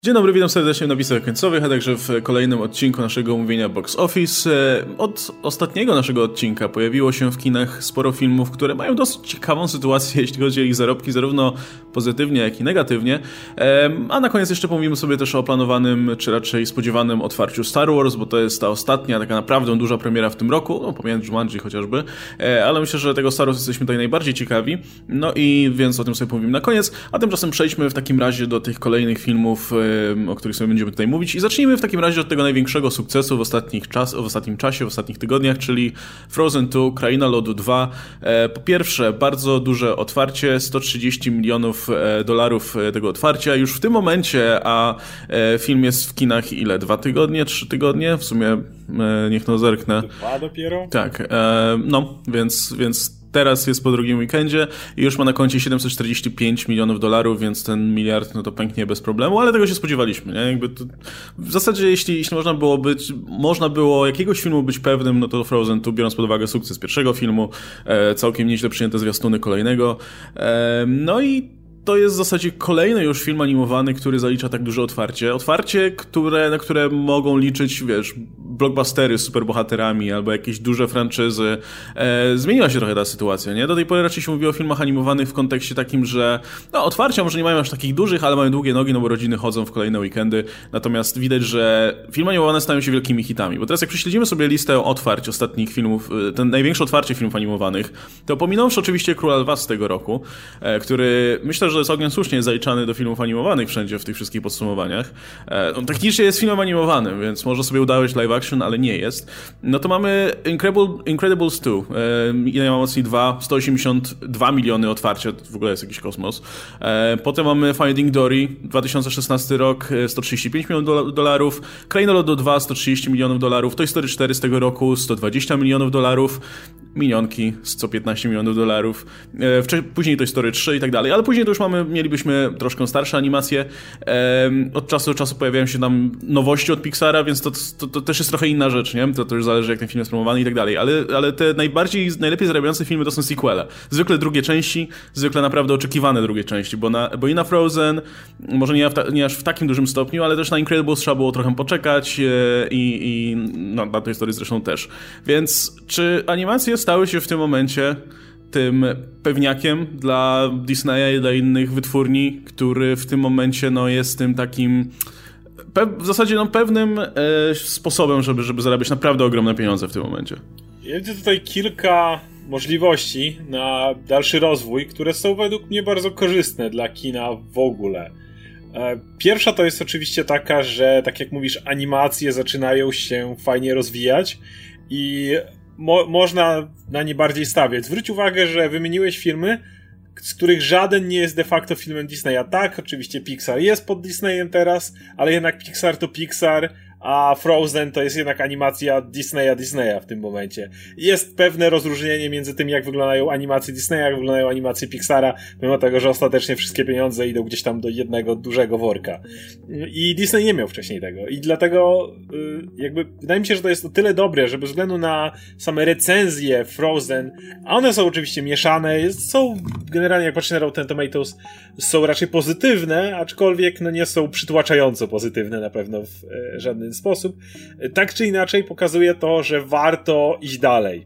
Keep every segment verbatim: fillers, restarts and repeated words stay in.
Dzień dobry, witam serdecznie w napisach końcowych, a także w kolejnym odcinku naszego omówienia Box Office. Od ostatniego naszego odcinka pojawiło się w kinach sporo filmów, które mają dosyć ciekawą sytuację, jeśli chodzi o ich zarobki, zarówno pozytywnie, jak i negatywnie. A na koniec jeszcze pomówimy sobie też o planowanym, czy raczej spodziewanym otwarciu Star Wars, bo to jest ta ostatnia, taka naprawdę duża premiera w tym roku, no pomijając Jumanji chociażby, ale myślę, że tego Star Wars jesteśmy tutaj najbardziej ciekawi. No i więc o tym sobie pomówimy na koniec, a tymczasem przejdźmy w takim razie do tych kolejnych filmów, o których sobie będziemy tutaj mówić. I zacznijmy w takim razie od tego największego sukcesu w, ostatnich czas, w ostatnim czasie, w ostatnich tygodniach, czyli Frozen dwa, Kraina Lodu dwa. Po pierwsze, bardzo duże otwarcie, sto trzydzieści milionów dolarów tego otwarcia już w tym momencie, a film jest w kinach ile? Dwa tygodnie? Trzy tygodnie? W sumie niech no zerknę. Dwa dopiero? Tak, no, więc, więc teraz jest po drugim weekendzie i już ma na koncie siedemset czterdzieści pięć milionów dolarów, więc ten miliard no to pęknie bez problemu, ale tego się spodziewaliśmy, nie? Jakby to, w zasadzie jeśli, jeśli można było być, można było jakiegoś filmu być pewnym, no to Frozen dwa, biorąc pod uwagę sukces pierwszego filmu, e, całkiem nieźle przyjęte zwiastuny kolejnego, e, no i to jest w zasadzie kolejny już film animowany, który zalicza tak duże otwarcie. Otwarcie, które, na które mogą liczyć, wiesz, blockbustery z superbohaterami albo jakieś duże franczyzy. E, zmieniła się trochę ta sytuacja, nie? Do tej pory raczej się mówi o filmach animowanych w kontekście takim, że no, otwarcia może nie mają aż takich dużych, ale mają długie nogi, no bo rodziny chodzą w kolejne weekendy. Natomiast widać, że filmy animowane stają się wielkimi hitami. Bo teraz jak prześledzimy sobie listę otwarć ostatnich filmów, ten największe otwarcie filmów animowanych, to pominąwszy oczywiście Króla Lwa z tego roku, e, który myślę, że jest całkiem słusznie zaliczany do filmów animowanych wszędzie w tych wszystkich podsumowaniach. On technicznie jest filmem animowanym, więc może sobie udawać live action, ale nie jest. No to mamy Incredible, Incredibles dwa. Ile ma mocniej dwa? sto osiemdziesiąt dwa miliony otwarcia, to w ogóle jest jakiś kosmos. Potem mamy Finding Dory, dwa tysiące szesnasty rok, sto trzydzieści pięć milionów dolarów. Kraina Lodu dwa, sto trzydzieści milionów dolarów. Toy Story cztery z tego roku, sto dwadzieścia milionów dolarów. Minionki, sto piętnaście milionów dolarów. Później Toy Story trzy i tak dalej, ale później to już mamy, mielibyśmy troszkę starsze animacje. Od czasu do czasu pojawiają się tam nowości od Pixara, więc to, to, to też jest trochę inna rzecz, nie? To, to już zależy, jak ten film jest promowany i tak dalej, ale, ale te najbardziej, najlepiej zarabiające filmy to są sequele. Zwykle drugie części, zwykle naprawdę oczekiwane drugie części, bo, na, bo i na Frozen, może nie, ta, nie aż w takim dużym stopniu, ale też na Incredibles trzeba było trochę poczekać i, i no, na tej historii zresztą też. Więc czy animacje stały się w tym momencie tym pewniakiem dla Disneya i dla innych wytwórni, który w tym momencie no, jest tym takim w zasadzie no, pewnym e, sposobem, żeby, żeby zarabiać naprawdę ogromne pieniądze w tym momencie? Ja widzę tutaj kilka możliwości na dalszy rozwój, które są według mnie bardzo korzystne dla kina w ogóle. Pierwsza to jest oczywiście taka, że tak jak mówisz, animacje zaczynają się fajnie rozwijać i Mo- można na nie bardziej stawiać. Zwróć uwagę, że wymieniłeś filmy, z których żaden nie jest de facto filmem Disneya. Tak, oczywiście Pixar jest pod Disneyem teraz, ale jednak Pixar to Pixar, a Frozen to jest jednak animacja Disneya Disneya w tym momencie. Jest pewne rozróżnienie między tym, jak wyglądają animacje Disneya, jak wyglądają animacje Pixara, mimo tego, że ostatecznie wszystkie pieniądze idą gdzieś tam do jednego dużego worka. I Disney nie miał wcześniej tego. I dlatego jakby wydaje mi się, że to jest o tyle dobre, że bez względu na same recenzje Frozen, a one są oczywiście mieszane, są generalnie, jak patrzę na Rotten Tomatoes, są raczej pozytywne, aczkolwiek no nie są przytłaczająco pozytywne na pewno w żadnym sposób. Tak czy inaczej pokazuje to, że warto iść dalej.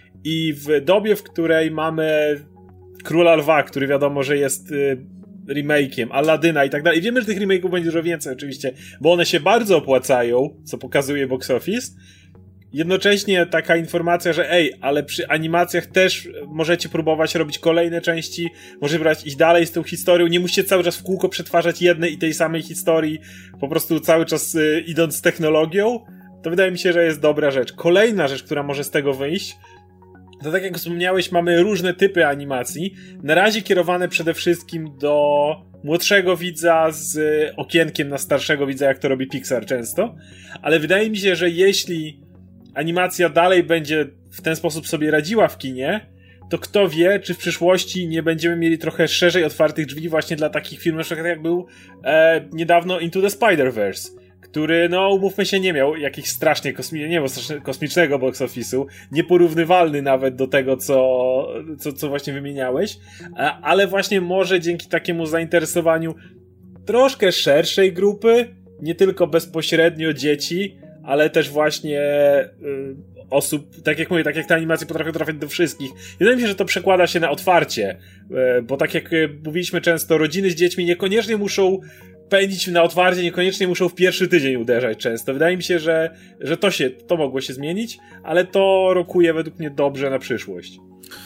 I w dobie, w której mamy Króla Lwa, który wiadomo, że jest remake'iem, Aladyna i tak dalej. I wiemy, że tych remake'ów będzie dużo więcej oczywiście, bo one się bardzo opłacają, co pokazuje box office. Jednocześnie taka informacja, że ej, ale przy animacjach też możecie próbować robić kolejne części, możecie próbować iść dalej z tą historią, nie musicie cały czas w kółko przetwarzać jednej i tej samej historii, po prostu cały czas y, idąc z technologią, to wydaje mi się, że jest dobra rzecz. Kolejna rzecz, która może z tego wyjść, to tak jak wspomniałeś, mamy różne typy animacji, na razie kierowane przede wszystkim do młodszego widza z okienkiem na starszego widza, jak to robi Pixar często, ale wydaje mi się, że jeśli animacja dalej będzie w ten sposób sobie radziła w kinie, to kto wie, czy w przyszłości nie będziemy mieli trochę szerzej otwartych drzwi właśnie dla takich filmów, jak był e, niedawno Into the Spider-Verse, który, no umówmy się, nie miał jakichś strasznie kosmi- nie miał strasznie kosmicznego box office'u, nieporównywalny nawet do tego, co, co, co właśnie wymieniałeś, ale właśnie może dzięki takiemu zainteresowaniu troszkę szerszej grupy, nie tylko bezpośrednio dzieci, ale też właśnie y, osób, tak jak mówię, tak jak te animacje potrafią trafiać do wszystkich. Wydaje mi się, że to przekłada się na otwarcie, y, bo tak jak mówiliśmy często, rodziny z dziećmi niekoniecznie muszą pędzić na otwarcie, niekoniecznie muszą w pierwszy tydzień uderzać często. Wydaje mi się, że, że to się, to mogło się zmienić, ale to rokuje według mnie dobrze na przyszłość.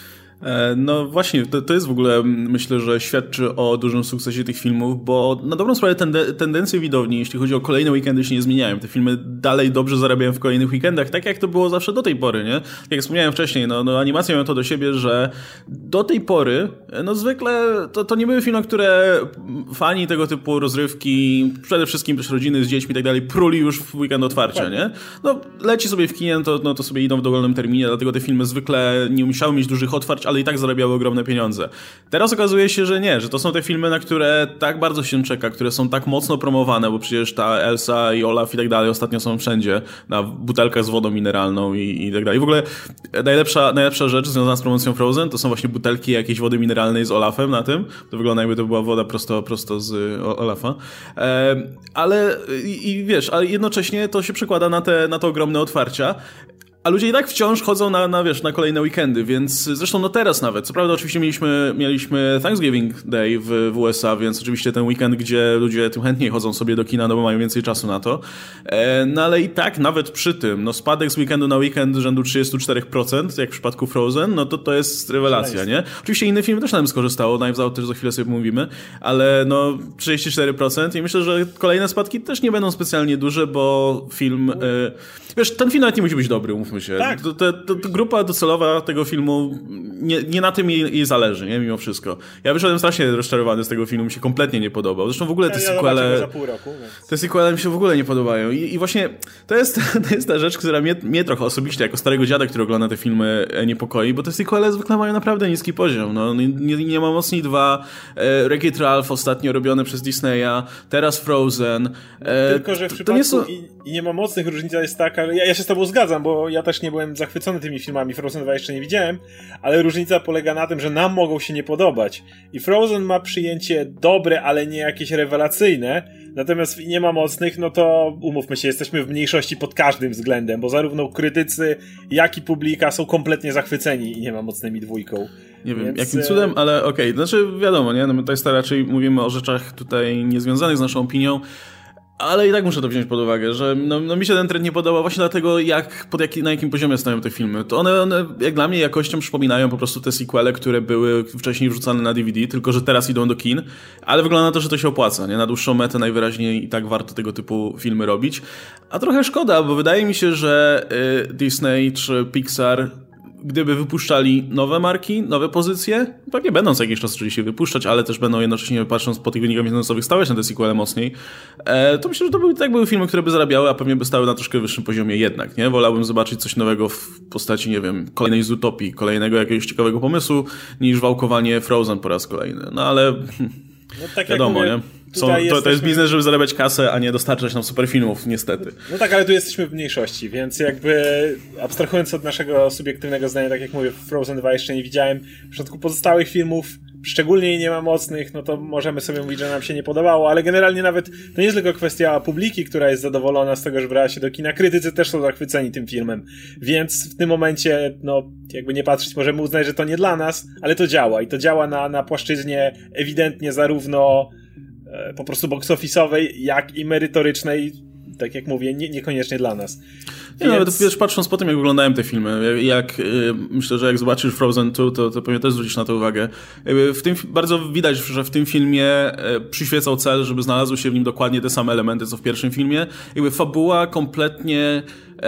No właśnie, to, to jest w ogóle, myślę, że świadczy o dużym sukcesie tych filmów, bo na dobrą sprawę tende, tendencje widowni, jeśli chodzi o kolejne weekendy, się nie zmieniają. Te filmy dalej dobrze zarabiają w kolejnych weekendach, tak jak to było zawsze do tej pory, nie? Jak wspomniałem wcześniej, no, no animacje mają to do siebie, że do tej pory, no zwykle to, to nie były filmy, które fani tego typu rozrywki, przede wszystkim też rodziny z dziećmi i tak dalej, pruli już w weekend otwarcia, nie? No leci sobie w kinie, to, no, to sobie idą w dowolnym terminie, dlatego te filmy zwykle nie musiały mieć dużych otwarć, ale i tak zarabiały ogromne pieniądze. Teraz okazuje się, że nie, że to są te filmy, na które tak bardzo się czeka, które są tak mocno promowane, bo przecież ta Elsa i Olaf i tak dalej ostatnio są wszędzie, na butelkach z wodą mineralną i, i tak dalej. I w ogóle najlepsza, najlepsza rzecz związana z promocją Frozen to są właśnie butelki jakiejś wody mineralnej z Olafem na tym. To wygląda jakby to była woda prosto, prosto z Olafa. E, ale i, i wiesz, ale jednocześnie to się przekłada na te, na te ogromne otwarcia. A ludzie i tak wciąż chodzą na, na, wiesz, na kolejne weekendy, więc zresztą no teraz nawet, co prawda oczywiście mieliśmy, mieliśmy Thanksgiving Day w, w U S A, więc oczywiście ten weekend, gdzie ludzie tym chętniej chodzą sobie do kina, no bo mają więcej czasu na to, e, no ale i tak nawet przy tym, no spadek z weekendu na weekend rzędu trzydzieści cztery procent, jak w przypadku Frozen, no to to jest rewelacja, nie? Oczywiście inne filmy też nam skorzystało, Knives Out też za chwilę sobie mówimy, ale no trzydzieści cztery procent i myślę, że kolejne spadki też nie będą specjalnie duże, bo film, e, wiesz, ten film nawet nie musi być dobry, umówmy się. Tak. To, to, to, to grupa docelowa tego filmu, nie, nie na tym jej, jej zależy, nie? Mimo wszystko. Ja wyszedłem strasznie rozczarowany z tego filmu, mi się kompletnie nie podobał. Zresztą w ogóle te ja, ja sequele... za pół roku, więc... Te sequele mi się w ogóle nie podobają. I, i właśnie to jest, to jest ta rzecz, która mnie, mnie trochę osobiście, jako starego dziada, który ogląda te filmy, niepokoi, bo te sequele zwykle mają naprawdę niski poziom. No, nie, nie ma mocniej dwa, e, Wreck-It Ralph ostatnio robione przez Disneya, teraz Frozen. E, Tylko, że w to, przypadku to nie są... i, i nie ma mocnych, różnica jest taka, ja, ja się z tobą zgadzam, bo ja też nie byłem zachwycony tymi filmami, Frozen dwa jeszcze nie widziałem, ale różnica polega na tym, że nam mogą się nie podobać. I Frozen ma przyjęcie dobre, ale nie jakieś rewelacyjne, natomiast nie ma mocnych, no to umówmy się, jesteśmy w mniejszości pod każdym względem, bo zarówno krytycy, jak i publika są kompletnie zachwyceni i nie ma mocnymi dwójką. Nie wiem, Więc... jakim cudem, ale okej, okay. Znaczy wiadomo, nie? No my tutaj raczej mówimy o rzeczach tutaj niezwiązanych z naszą opinią, ale i tak muszę to wziąć pod uwagę, że no, no mi się ten trend nie podoba właśnie dlatego, jak, pod jaki, na jakim poziomie stoją te filmy. To one, one, jak dla mnie, jakością przypominają po prostu te sequele, które były wcześniej wrzucane na D V D, tylko że teraz idą do kin, ale wygląda na to, że to się opłaca, nie? Na dłuższą metę najwyraźniej i tak warto tego typu filmy robić. A trochę szkoda, bo wydaje mi się, że y, Disney czy Pixar, gdyby wypuszczali nowe marki, nowe pozycje, pewnie będą co jakiś czas oczywiście wypuszczać, ale też będą jednocześnie, patrząc po tych wynikach finansowych, stawiać na te sequele mocniej, e, to myślę, że to były, tak były filmy, które by zarabiały, a pewnie by stały na troszkę wyższym poziomie jednak, nie? Wolałbym zobaczyć coś nowego w postaci, nie wiem, kolejnej Zootopii, kolejnego jakiegoś ciekawego pomysłu, niż wałkowanie Frozen po raz kolejny. No ale no, tak wiadomo, jak mówię, nie? Są, to, jesteśmy... to jest biznes, żeby zarabiać kasę, a nie dostarczać nam super filmów, niestety. No tak, ale tu jesteśmy w mniejszości, więc jakby abstrahując od naszego subiektywnego zdania, tak jak mówię, Frozen dwa jeszcze nie widziałem, w przypadku pozostałych filmów, szczególnie nie ma mocnych, no to możemy sobie mówić, że nam się nie podobało, ale generalnie nawet to nie jest tylko kwestia publiki, która jest zadowolona z tego, że brała się do kina, krytycy też są zachwyceni tym filmem, więc w tym momencie, no jakby nie patrzeć, możemy uznać, że to nie dla nas, ale to działa i to działa na, na płaszczyźnie ewidentnie zarówno po prostu box office'owej, jak i merytorycznej, tak jak mówię, nie, niekoniecznie dla nas. Nie, Więc... Nawet wiesz, patrząc po tym, jak wyglądają te filmy, jak, yy, myślę, że jak zobaczysz Frozen dwa, to, to pewnie też zwrócisz na to uwagę. Yy, w tym, bardzo widać, że w tym filmie yy, przyświecał cel, żeby znalazły się w nim dokładnie te same elementy, co w pierwszym filmie. Jakby fabuła kompletnie...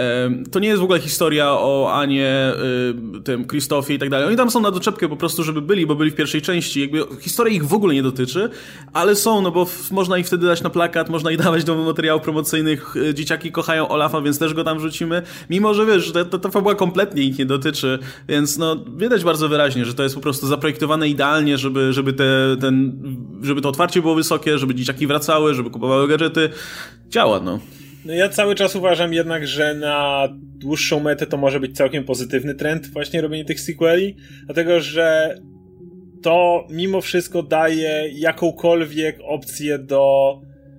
To nie jest w ogóle historia o Anie, tym Krzysztofie i tak dalej. Oni tam są na doczepkę po prostu, żeby byli, bo byli w pierwszej części. Jakby historia ich w ogóle nie dotyczy, ale są, no bo można ich wtedy dać na plakat, można ich dawać do materiałów promocyjnych. Dzieciaki kochają Olafa, więc też go tam wrzucimy. Mimo, że wiesz, ta, ta fabuła kompletnie ich nie dotyczy, więc no widać bardzo wyraźnie, że to jest po prostu zaprojektowane idealnie, żeby, żeby, te, ten, żeby to otwarcie było wysokie, żeby dzieciaki wracały, żeby kupowały gadżety. Działa, no. No ja cały czas uważam jednak, że na dłuższą metę to może być całkiem pozytywny trend właśnie robienie tych sequeli, dlatego że to mimo wszystko daje jakąkolwiek opcję do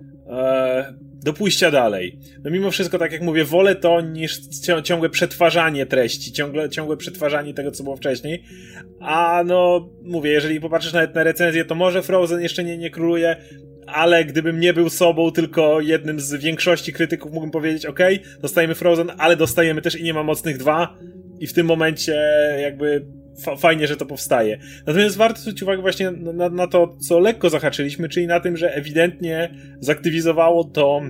e, do pójścia dalej. No mimo wszystko, tak jak mówię, wolę to niż ciągłe przetwarzanie treści, ciągle, ciągłe przetwarzanie tego, co było wcześniej. A no, mówię, jeżeli popatrzysz nawet na recenzję, to może Frozen jeszcze nie, nie króluje, ale gdybym nie był sobą, tylko jednym z większości krytyków, mógłbym powiedzieć, ok, dostajemy Frozen, ale dostajemy też I nie ma mocnych dwa i w tym momencie jakby F- fajnie, że to powstaje. Natomiast warto zwrócić uwagę właśnie na, na to, co lekko zahaczyliśmy, czyli na tym, że ewidentnie zaktywizowało to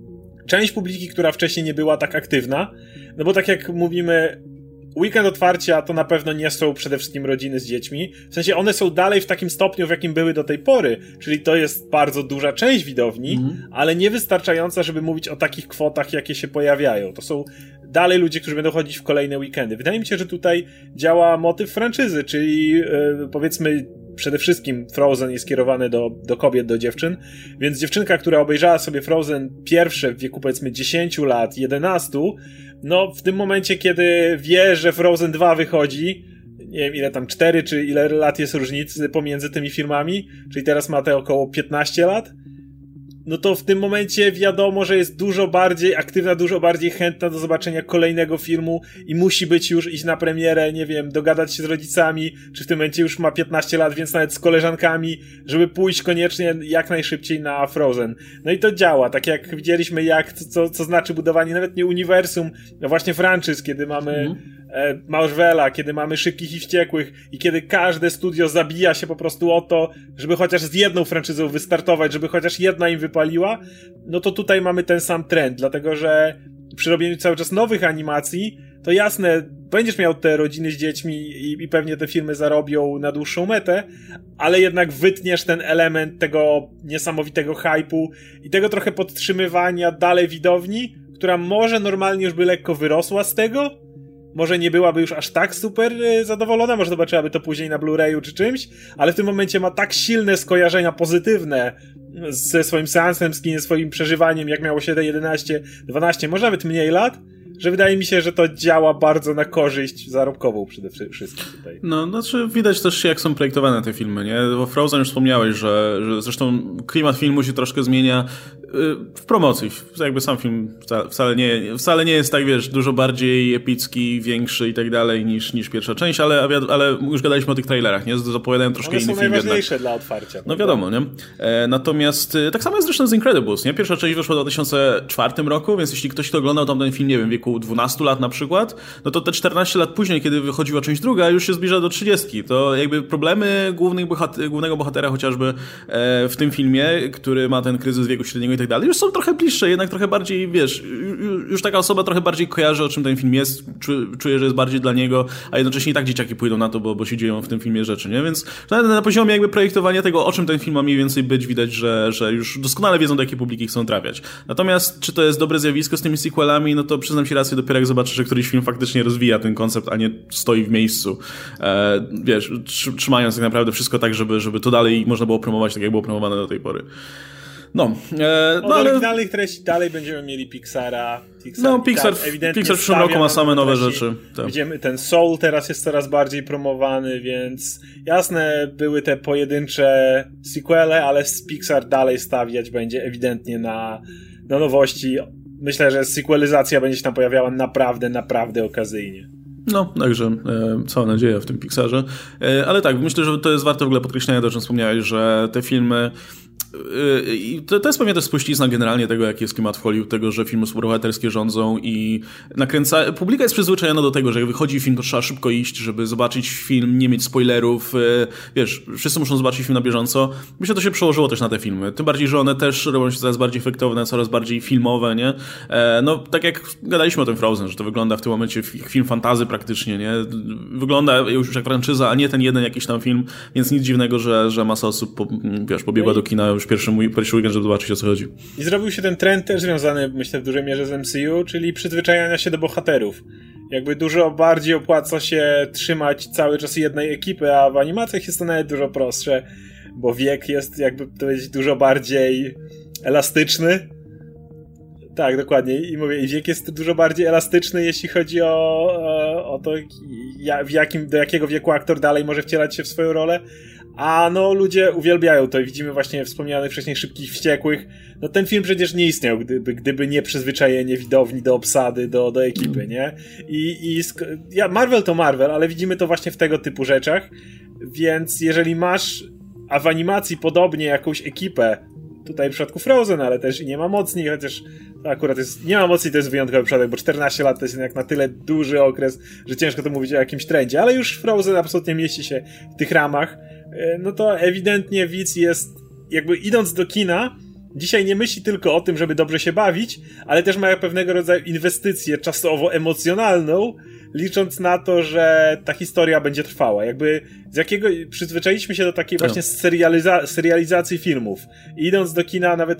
część publiki, która wcześniej nie była tak aktywna, no bo tak jak mówimy, weekend otwarcia to na pewno nie są przede wszystkim rodziny z dziećmi, w sensie one są dalej w takim stopniu, w jakim były do tej pory, czyli to jest bardzo duża część widowni, mm. ale niewystarczająca, żeby mówić o takich kwotach, jakie się pojawiają. To są dalej ludzie, którzy będą chodzić w kolejne weekendy. Wydaje mi się, że tutaj działa motyw franczyzy, czyli yy, powiedzmy przede wszystkim Frozen jest skierowany do, do kobiet, do dziewczyn, więc dziewczynka, która obejrzała sobie Frozen pierwsze w wieku powiedzmy dziesięć lat, jedenaście, no w tym momencie, kiedy wie, że Frozen dwa wychodzi, nie wiem ile tam, cztery czy ile lat jest różnicy pomiędzy tymi filmami, czyli teraz ma te około piętnaście lat, no to w tym momencie wiadomo, że jest dużo bardziej aktywna, dużo bardziej chętna do zobaczenia kolejnego filmu i musi być już iść na premierę, nie wiem, dogadać się z rodzicami, czy w tym momencie już ma piętnaście lat, więc nawet z koleżankami, żeby pójść koniecznie jak najszybciej na Frozen. No i to działa, tak jak widzieliśmy, jak, co, co znaczy budowanie nawet nie uniwersum, no właśnie franczyz, kiedy mamy mm. e, Marvela, kiedy mamy Szybkich i Wściekłych i kiedy każde studio zabija się po prostu o to, żeby chociaż z jedną franczyzą wystartować, żeby chociaż jedna im wypaliła, no to tutaj mamy ten sam trend, dlatego że przy robieniu cały czas nowych animacji, to jasne, będziesz miał te rodziny z dziećmi i, i pewnie te filmy zarobią na dłuższą metę, ale jednak wytniesz ten element tego niesamowitego hype'u i tego trochę podtrzymywania dalej widowni, która może normalnie już by lekko wyrosła z tego, może nie byłaby już aż tak super zadowolona, może zobaczyłaby to później na Blu-rayu czy czymś, ale w tym momencie ma tak silne skojarzenia pozytywne ze swoim seansem, z kinem, swoim przeżywaniem, jak miało się te jedenaście, dwanaście, może nawet mniej lat, że wydaje mi się, że to działa bardzo na korzyść zarobkową przede wszystkim tutaj. No, znaczy widać też jak są projektowane te filmy, nie? Bo Frozen już wspomniałeś, że, że zresztą klimat filmu się troszkę zmienia w promocji. Jakby sam film wcale nie, wcale nie jest tak, wiesz, dużo bardziej epicki, większy i tak dalej niż, niż pierwsza część, ale, ale już gadaliśmy o tych trailerach, nie? Zapowiadają troszkę inny film jednak. One są najważniejsze dla otwarcia. No wiadomo, nie? E, natomiast tak samo jest zresztą z Incredibles, nie? Pierwsza część wyszła w dwa tysiące czwartym roku, więc jeśli ktoś to oglądał tam ten film, nie wiem, w wieku dwunastu lat na przykład, no to te czternaście lat później, kiedy wychodziła część druga, już się zbliża do trzydziestki. To jakby problemy głównych bohater- głównego bohatera chociażby e, w tym filmie, który ma ten kryzys wieku średniego i tak dalej, już są trochę bliższe, jednak trochę bardziej, wiesz, już taka osoba trochę bardziej kojarzy, o czym ten film jest, czuje, że jest bardziej dla niego, a jednocześnie i tak dzieciaki pójdą na to, bo, bo się dzieją w tym filmie rzeczy, nie? Więc na, na poziomie jakby projektowania tego, o czym ten film ma mniej więcej być, widać, że, że już doskonale wiedzą, do jakiej publiki chcą trafiać. Natomiast czy to jest dobre zjawisko z tymi sequelami, no to przyznam ci rację, dopiero jak zobaczysz, że któryś film faktycznie rozwija ten koncept, a nie stoi w miejscu. E, wiesz, trzymając tak naprawdę wszystko tak, żeby, żeby to dalej można było promować tak, jak było promowane do tej pory. No, e, no Od ale... oryginalnych treści dalej będziemy mieli Pixara. Pixar no, Pixar, tak, ewidentnie Pixar w przyszłym roku ma same nowe treści. rzeczy. Tak. Widzimy, ten Soul teraz jest coraz bardziej promowany, więc jasne, były te pojedyncze sequele, ale Pixar dalej stawiać będzie ewidentnie na, na nowości. Myślę, że sequelizacja będzie się tam pojawiała naprawdę, naprawdę okazyjnie. No, także e, cała nadzieja w tym Pixarze. E, ale tak, myślę, że to jest warte w ogóle podkreślenia, to o czym wspomniałeś, że te filmy I to, to jest pewnie też spuścizna generalnie tego, jaki jest klimat w Hollywood, tego, że filmy superbohaterskie rządzą i nakręca... Publika jest przyzwyczajona do tego, że jak wychodzi film, to trzeba szybko iść, żeby zobaczyć film, nie mieć spoilerów, wiesz, wszyscy muszą zobaczyć film na bieżąco. Myślę, że to się przełożyło też na te filmy. Tym bardziej, że one też robią się coraz bardziej efektowne, coraz bardziej filmowe, nie? No, tak jak gadaliśmy o tym Frozen, że to wygląda w tym momencie film fantasy praktycznie, nie? Wygląda już jak franczyza, a nie ten jeden jakiś tam film, więc nic dziwnego, że, że masa osób, po, wiesz, pobiegła do kina już pierwszy, mój, pierwszy weekend, żeby zobaczyć, o co chodzi. I zrobił się ten trend też związany, myślę, w dużej mierze z M C U, czyli przyzwyczajania się do bohaterów. Jakby dużo bardziej opłaca się trzymać cały czas jednej ekipy, a w animacjach jest to nawet dużo prostsze, bo wiek jest, jakby powiedzieć, dużo bardziej elastyczny. Tak, dokładnie. I mówię, i wiek jest dużo bardziej elastyczny, jeśli chodzi o, o to, w jakim, do jakiego wieku aktor dalej może wcielać się w swoją rolę, A no, ludzie uwielbiają to i widzimy właśnie wspomnianych wcześniej Szybkich Wściekłych. No ten film przecież nie istniał, gdyby, gdyby nie przyzwyczajenie widowni do obsady, do, do ekipy, nie? I, i sk- ja, Marvel to Marvel, ale widzimy to właśnie w tego typu rzeczach, więc jeżeli masz, a w animacji podobnie jakąś ekipę, tutaj w przypadku Frozen, ale też i nie ma mocniej, chociaż to akurat jest, nie ma mocniej, to jest wyjątkowy przypadek, bo czternaście lat to jest jednak na tyle duży okres, że ciężko to mówić o jakimś trendzie, ale już Frozen absolutnie mieści się w tych ramach, no to ewidentnie widz jest, jakby idąc do kina, dzisiaj nie myśli tylko o tym, żeby dobrze się bawić, ale też ma pewnego rodzaju inwestycję czasowo-emocjonalną, licząc na to, że ta historia będzie trwała. Jakby z jakiego przyzwyczailiśmy się do takiej właśnie serializa- serializacji filmów. I idąc do kina nawet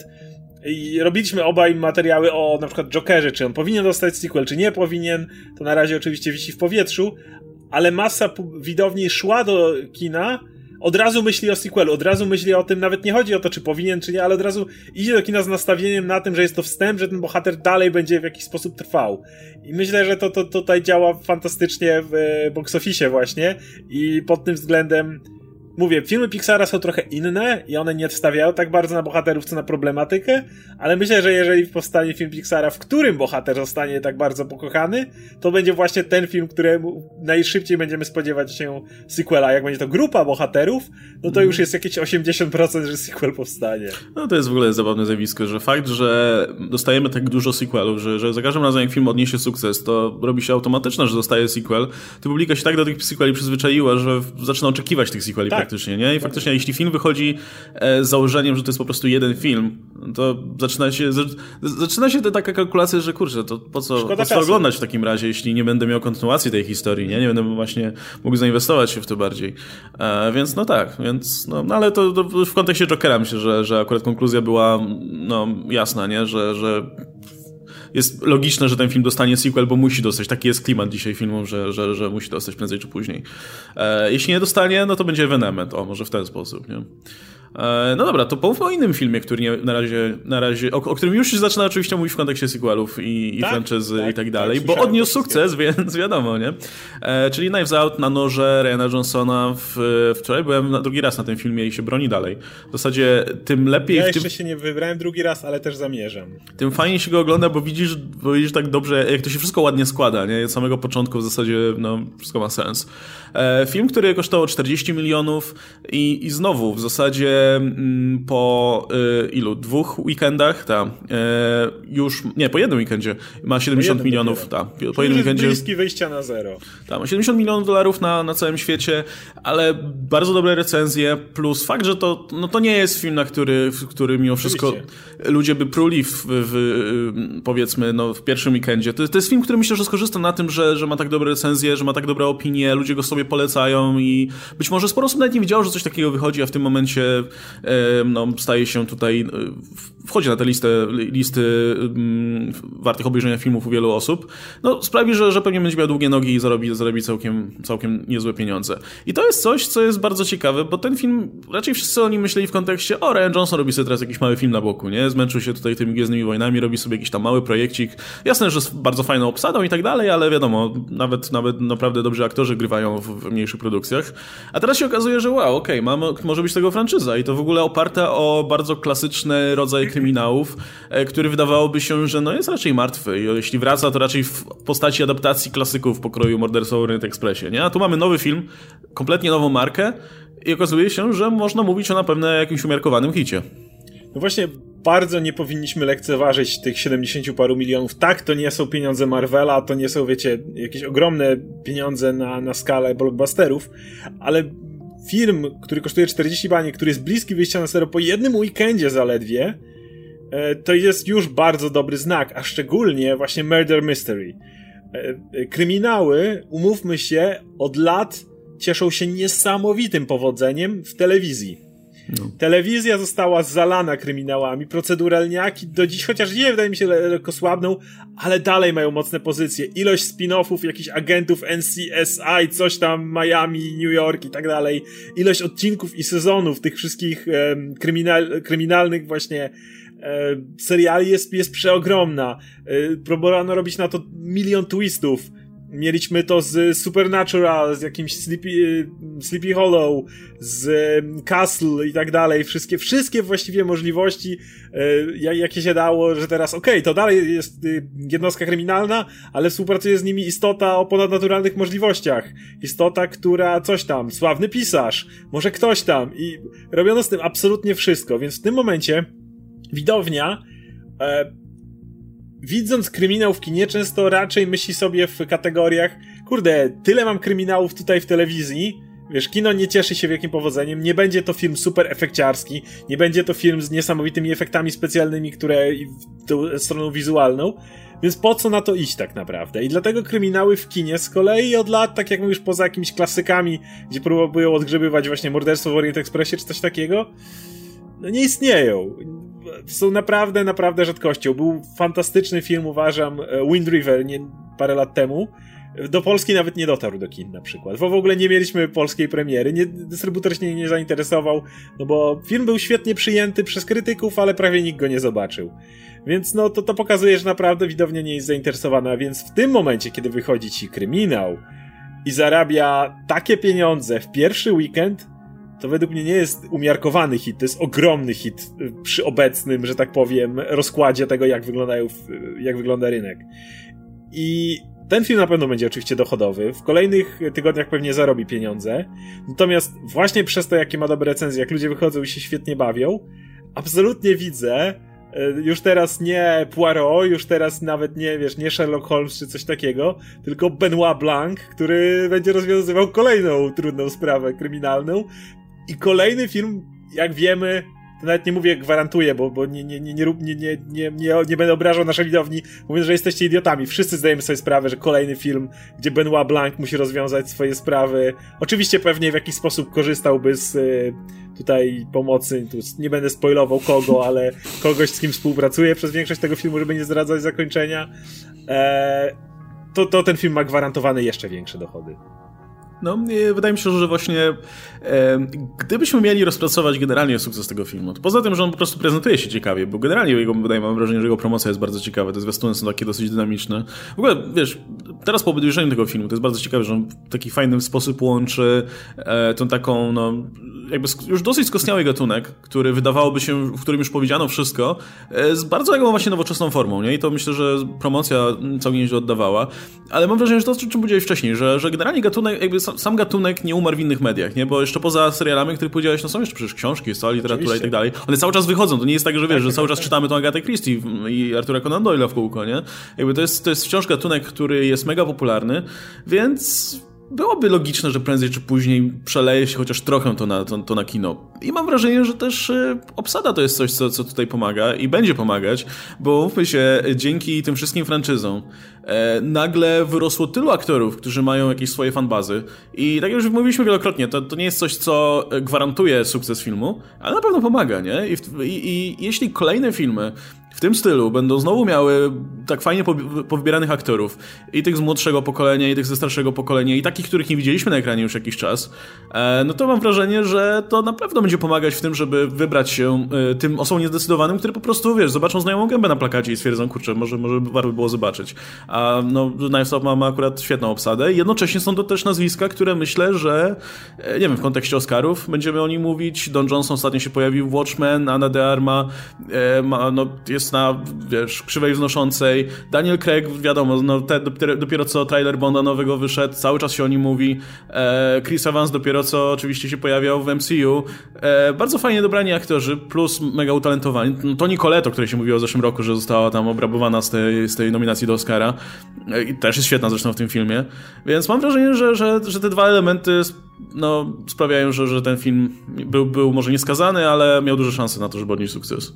i robiliśmy obaj materiały o na przykład Jokerze, czy on powinien dostać sequel, czy nie powinien. To na razie oczywiście wisi w powietrzu, ale masa widowni szła do kina, od razu myśli o sequelu, od razu myśli o tym, nawet nie chodzi o to, czy powinien, czy nie, ale od razu idzie do kina z nastawieniem na tym, że jest to wstęp, że ten bohater dalej będzie w jakiś sposób trwał. I myślę, że to, to tutaj działa fantastycznie w box office właśnie i pod tym względem mówię, filmy Pixara są trochę inne i one nie wstawiają tak bardzo na bohaterów, co na problematykę, ale myślę, że jeżeli powstanie film Pixara, w którym bohater zostanie tak bardzo pokochany, to będzie właśnie ten film, któremu najszybciej będziemy spodziewać się sequela. Jak będzie to grupa bohaterów, no to już jest jakieś osiemdziesiąt procent, że sequel powstanie. No to jest w ogóle zabawne zjawisko, że fakt, że dostajemy tak dużo sequelów, że, że za każdym razem jak film odniesie sukces, to robi się automatyczne, że dostaje sequel. To publika się tak do tych sequeli przyzwyczaiła, że zaczyna oczekiwać tych sequeli. Tak. Faktycznie, nie? I faktycznie, jeśli film wychodzi e, z założeniem, że to jest po prostu jeden film, to zaczyna się z, zaczyna się ta taka kalkulacja, że kurczę, to po co, po co oglądać w takim razie, jeśli nie będę miał kontynuacji tej historii, nie? Nie będę właśnie mógł zainwestować się w to bardziej. E, więc no tak, więc no, no ale to, to w kontekście Jokera myślę, że, że akurat konkluzja była no jasna, nie? Że, że jest logiczne, że ten film dostanie sequel, bo musi dostać. Taki jest klimat dzisiaj filmów, że, że, że musi dostać prędzej czy później. E, jeśli nie dostanie, no to będzie ewenement. O, może w ten sposób, nie? E, no dobra, to pomówmy o innym filmie, który nie, na razie, na razie o, o którym już się zaczyna oczywiście mówić w kontekście sequelów i, i tak, franczyzy tak, i tak dalej, tak, bo odniósł sukces, więc wiadomo, nie? E, czyli Knives Out na noże Ryana Johnsona. W, wczoraj byłem na drugi raz na tym filmie i się broni dalej. W zasadzie tym lepiej... Ja w jeszcze tym, się nie wybrałem drugi raz, ale też zamierzam. Tym fajnie się go ogląda, bo widzisz, bo widzisz tak dobrze, jak to się wszystko ładnie składa, nie? Od samego początku w zasadzie, no, wszystko ma sens. E, film, który kosztował czterdzieści milionów i, i znowu w zasadzie mm, po y, ilu? Dwóch weekendach, ta, e, już, nie, po jednym weekendzie ma siedemdziesiąt milionów, ta, po, po jednym weekendzie. Bliski wyjścia na zero. Tak, ma siedemdziesiąt milionów dolarów na, na całym świecie, ale bardzo dobre recenzje, plus fakt, że to, no to nie jest film, na który, w który mimo wszystko Oczywiście. ludzie by pruli w, w, w powiedzmy, no, w pierwszym weekendzie. To, to jest film, który myślę, że skorzysta na tym, że, że ma tak dobre recenzje, że ma tak dobre opinie, ludzie go sobie polecają i być może sporo osób nawet nie wiedziało, że coś takiego wychodzi, a w tym momencie e, no, staje się tutaj, e, wchodzi na tę listę, listy m, wartych obejrzenia filmów u wielu osób. No, sprawi, że, że pewnie będzie miał długie nogi i zarobi, zarobi całkiem, całkiem niezłe pieniądze. I to jest coś, co jest bardzo ciekawe, bo ten film, raczej wszyscy o nim myśleli w kontekście, o, Rian Johnson robi sobie teraz jakiś mały film na boku, nie? Zmęczył się tutaj tymi Gwiezdnymi Wojnami, robi sobie jakiś tam mały projekcik. Jasne, że z bardzo fajną obsadą i tak dalej, ale wiadomo, nawet, nawet naprawdę dobrzy aktorzy grywają w, w mniejszych produkcjach. A teraz się okazuje, że wow, okej, okay, może być tego franczyza i to w ogóle oparte o bardzo klasyczny rodzaj kryminałów, e, który wydawałoby się, że no jest raczej martwy i jeśli wraca, to raczej w postaci adaptacji klasyków pokroju Morderstwa w Orient Expressie, nie? A tu mamy nowy film, kompletnie nową markę i okazuje się, że można mówić o na pewno jakimś umiarkowanym hicie. No właśnie, bardzo nie powinniśmy lekceważyć tych siedemdziesięciu paru milionów. Tak, to nie są pieniądze Marvela, to nie są, wiecie, jakieś ogromne pieniądze na, na skalę blockbusterów, ale film, który kosztuje czterdzieści baniek, który jest bliski wyjścia na zero po jednym weekendzie zaledwie, to jest już bardzo dobry znak, a szczególnie właśnie Murder Mystery. Kryminały, umówmy się, od lat cieszą się niesamowitym powodzeniem w telewizji. No. Telewizja została zalana kryminałami, proceduralniaki do dziś, chociaż nie, wydaje mi się, lekko słabną, ale dalej mają mocne pozycje. Ilość spin-offów, jakichś agentów N C S I, coś tam, Miami, New York i tak dalej. Ilość odcinków i sezonów tych wszystkich um, kryminal, kryminalnych właśnie e, seriali jest, jest przeogromna. E, próbowano robić na to milion twistów. mieliśmy to z Supernatural, z jakimś Sleepy, Sleepy Hollow, z Castle i tak dalej. Wszystkie, wszystkie właściwie możliwości, jakie się dało, że teraz okej, okay, to dalej jest jednostka kryminalna, ale współpracuje z nimi istota o ponadnaturalnych możliwościach. Istota, która coś tam, sławny pisarz, może ktoś tam. I robiono z tym absolutnie wszystko, więc w tym momencie widownia e, widząc kryminał w kinie często raczej myśli sobie w kategoriach kurde, tyle mam kryminałów tutaj w telewizji, wiesz, kino nie cieszy się wielkim powodzeniem, nie będzie to film super efekciarski, nie będzie to film z niesamowitymi efektami specjalnymi, które tą stroną wizualną, więc po co na to iść tak naprawdę? I dlatego kryminały w kinie z kolei od lat, tak jak mówisz, poza jakimiś klasykami, gdzie próbują odgrzebywać właśnie morderstwo w Orient Expressie czy coś takiego, no nie istnieją. Są naprawdę, naprawdę rzadkością. Był fantastyczny film, uważam, Wind River, nie, parę lat temu. Do Polski nawet nie dotarł do kin na przykład. Bo w ogóle nie mieliśmy polskiej premiery. Nie, dystrybutor się nie, nie zainteresował, no bo film był świetnie przyjęty przez krytyków, ale prawie nikt go nie zobaczył. Więc no to, to pokazuje, że naprawdę widownia nie jest zainteresowana, więc w tym momencie, kiedy wychodzi ci kryminał i zarabia takie pieniądze w pierwszy weekend, to według mnie nie jest umiarkowany hit, to jest ogromny hit przy obecnym, że tak powiem, rozkładzie tego, jak wyglądają, jak wygląda rynek. I ten film na pewno będzie oczywiście dochodowy, w kolejnych tygodniach pewnie zarobi pieniądze, natomiast właśnie przez to, jakie ma dobre recenzje, jak ludzie wychodzą i się świetnie bawią, absolutnie widzę, już teraz nie Poirot, już teraz nawet nie, wiesz, nie Sherlock Holmes czy coś takiego, tylko Benoit Blanc, który będzie rozwiązywał kolejną trudną sprawę kryminalną i kolejny film, jak wiemy, to nawet nie mówię gwarantuję, bo, bo nie, nie, nie, nie, nie, nie, nie, nie, nie będę obrażał naszej widowni, mówiąc, że jesteście idiotami. Wszyscy zdajemy sobie sprawę, że kolejny film, gdzie Benoit Blanc musi rozwiązać swoje sprawy. Oczywiście pewnie w jakiś sposób korzystałby z y, tutaj pomocy, tu nie będę spoilował kogo, ale kogoś, z kim współpracuje przez większość tego filmu, żeby nie zdradzać zakończenia. E, to, to ten film ma gwarantowane jeszcze większe dochody. No, wydaje mi się, że właśnie e, gdybyśmy mieli rozpracować generalnie sukces tego filmu, to poza tym, że on po prostu prezentuje się ciekawie, bo generalnie jego, wydaje, mam wrażenie, że jego promocja jest bardzo ciekawa, te zwiastuny są takie dosyć dynamiczne. W ogóle, wiesz, teraz po obejrzeniu tego filmu, to jest bardzo ciekawe, że on w taki fajny sposób łączy e, tą taką, no, jakby już dosyć skostniały gatunek, który wydawałoby się, w którym już powiedziano wszystko, e, z bardzo taką właśnie nowoczesną formą, nie? I to myślę, że promocja całkiem nieźle oddawała, ale mam wrażenie, że to, o czym powiedziałeś wcześniej, że, że generalnie gatunek, jakby sam gatunek nie umarł w innych mediach, nie? Bo jeszcze poza serialami, o których powiedziałeś, no są jeszcze przecież książki, jest cała literatura Oczywiście. I tak dalej. One cały czas wychodzą, to nie jest tak, że wiesz, że cały czas czytamy tą Agatę Christie i Artura Conan Doyle'a w kółko, nie? Jakby to jest, to jest wciąż gatunek, który jest mega popularny, więc byłoby logiczne, że prędzej czy później przeleje się chociaż trochę to na, to, to na kino. I mam wrażenie, że też y, obsada to jest coś, co, co tutaj pomaga i będzie pomagać, bo mówmy się, dzięki tym wszystkim franczyzom e, nagle wyrosło tylu aktorów, którzy mają jakieś swoje fanbazy i tak jak już mówiliśmy wielokrotnie, to, to nie jest coś, co gwarantuje sukces filmu, ale na pewno pomaga, nie? I, w, i, i jeśli kolejne filmy w tym stylu będą znowu miały tak fajnie powybieranych aktorów i tych z młodszego pokolenia, i tych ze starszego pokolenia, i takich, których nie widzieliśmy na ekranie już jakiś czas, no to mam wrażenie, że to na pewno będzie pomagać w tym, żeby wybrać się tym osobom niezdecydowanym, które po prostu, wiesz, zobaczą znajomą gębę na plakacie i stwierdzą, kurczę, może, może warto by było zobaczyć. A no, Knives Out ma, ma akurat świetną obsadę i jednocześnie są to też nazwiska, które myślę, że nie wiem, w kontekście Oscarów będziemy o nich mówić. Don Johnson ostatnio się pojawił w Watchmen, Ana de Arma ma, no, jest na, wiesz, krzywej wznoszącej. Daniel Craig, wiadomo, no, te, dopiero, dopiero co trailer Bonda nowego wyszedł, cały czas się o nim mówi. E, Chris Evans dopiero co oczywiście się pojawiał w M C U. E, bardzo fajnie dobrani aktorzy, plus mega utalentowani. Toni Collette, o której się mówiło w zeszłym roku, że została tam obrabowana z tej, z tej nominacji do Oscara. E, i też jest świetna zresztą w tym filmie. Więc mam wrażenie, że, że, że te dwa elementy no, sprawiają, że, że ten film był, był może nieskazany, ale miał duże szanse na to, żeby odnieść sukces.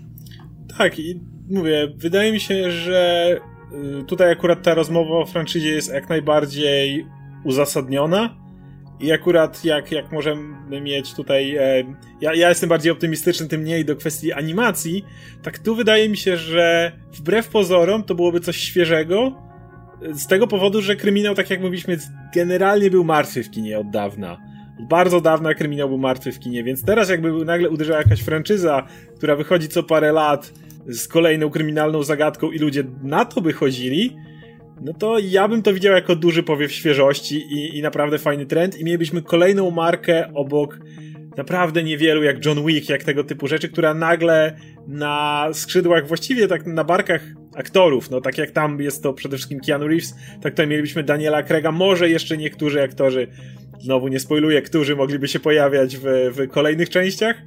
Tak, i mówię, wydaje mi się, że tutaj akurat ta rozmowa o franczyzie jest jak najbardziej uzasadniona i akurat jak, jak możemy mieć tutaj, e, ja, ja jestem bardziej optymistyczny, tym mniej do kwestii animacji, tak tu wydaje mi się, że wbrew pozorom to byłoby coś świeżego, z tego powodu, że kryminał, tak jak mówiliśmy, generalnie był martwy w kinie od dawna. Od bardzo dawna kryminał był martwy w kinie, więc teraz jakby nagle uderzyła jakaś franczyza, która wychodzi co parę lat z kolejną kryminalną zagadką i ludzie na to by chodzili, no to ja bym to widział jako duży powiew świeżości i, i naprawdę fajny trend i mielibyśmy kolejną markę obok naprawdę niewielu jak John Wick, jak tego typu rzeczy, która nagle na skrzydłach, właściwie tak na barkach aktorów, no tak jak tam jest to przede wszystkim Keanu Reeves, tak tutaj mielibyśmy Daniela Craiga, może jeszcze niektórzy aktorzy, znowu nie spoiluję, którzy mogliby się pojawiać w, w kolejnych częściach.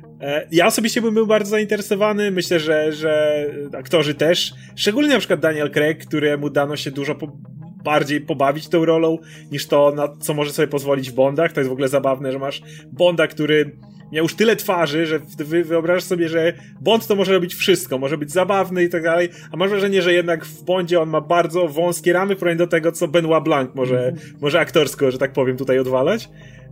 Ja osobiście bym był bardzo zainteresowany, myślę, że, że aktorzy też, szczególnie na przykład Daniel Craig, któremu dano się dużo po, bardziej pobawić tą rolą, niż to, na co może sobie pozwolić w Bondach. To jest w ogóle zabawne, że masz Bonda, który miał już tyle twarzy, że wy wyobrażasz sobie, że Bond to może robić wszystko, może być zabawny i tak dalej, a masz wrażenie, że jednak w Bondzie on ma bardzo wąskie ramy w porównaniu do tego, co Benoit Blanc może, mm. może aktorsko, że tak powiem, tutaj odwalać.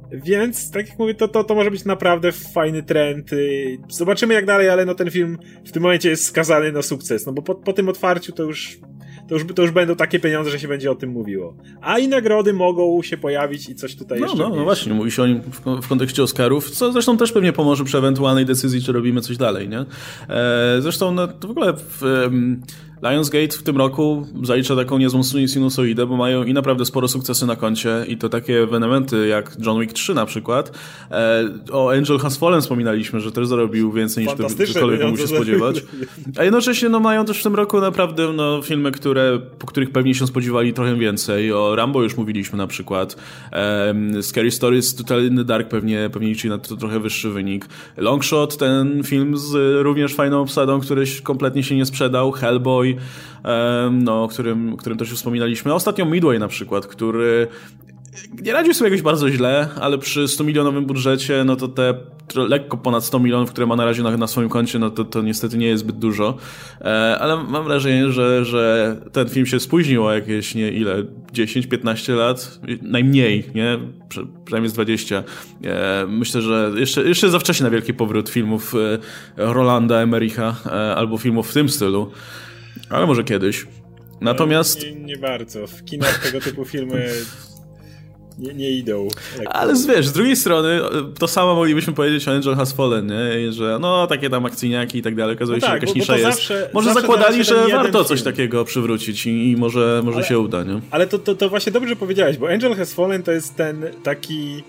Więc, tak jak mówię, to, to, to może być naprawdę fajny trend. Zobaczymy jak dalej, ale no ten film w tym momencie jest skazany na sukces, no bo po, po tym otwarciu to już, to, już, to już będą takie pieniądze, że się będzie o tym mówiło. A i nagrody mogą się pojawić i coś tutaj no, jeszcze... No, no właśnie, mówi się o nim w, w kontekście Oscarów, co zresztą też pewnie pomoże przy ewentualnej decyzji, czy robimy coś dalej, nie? E, zresztą no, to w ogóle... W, um, Lionsgate w tym roku zalicza taką niezłą sinusoidę, bo mają i naprawdę sporo sukcesy na koncie i to takie ewenementy jak John Wick trzy na przykład. E, o Angel Has Fallen wspominaliśmy, że też zarobił więcej niż ktokolwiek mógł się spodziewać. A jednocześnie no, mają też w tym roku naprawdę no, filmy, które, po których pewnie się spodziewali trochę więcej. O Rambo już mówiliśmy na przykład. E, Scary Stories Total in the Dark pewnie, pewnie liczy na to trochę wyższy wynik. Longshot, ten film z również fajną obsadą, który kompletnie się nie sprzedał. Hellboy, no, o którym, którym też już wspominaliśmy. A ostatnio Midway na przykład, który nie radził sobie jakoś bardzo źle, ale przy stu milionowym budżecie, no to te lekko ponad sto milionów, które ma na razie na, na swoim koncie, no to, to niestety nie jest zbyt dużo. E, ale mam wrażenie, że, że ten film się spóźnił o jakieś, nie ile, dziesięć piętnaście lat? Najmniej, nie? Prze, przynajmniej z dwadzieścia. E, myślę, że jeszcze, jeszcze za wcześnie na wielki powrót filmów e, Rolanda Emmericha e, albo filmów w tym stylu. Ale może kiedyś. Natomiast... Nie, nie bardzo. W kinach tego typu filmy nie, nie idą. Lekko. Ale wiesz, z drugiej strony to samo moglibyśmy powiedzieć o Angel Has Fallen, nie? Że no, takie tam akcyjniaki i tak dalej. Okazuje no się, tak, że jakaś nisza jest. Zawsze, może zawsze zakładali, że warto coś film. takiego przywrócić i, i może, może ale, się uda, nie? Ale to, to, to właśnie dobrze powiedziałeś, bo Angel Has Fallen to jest ten taki...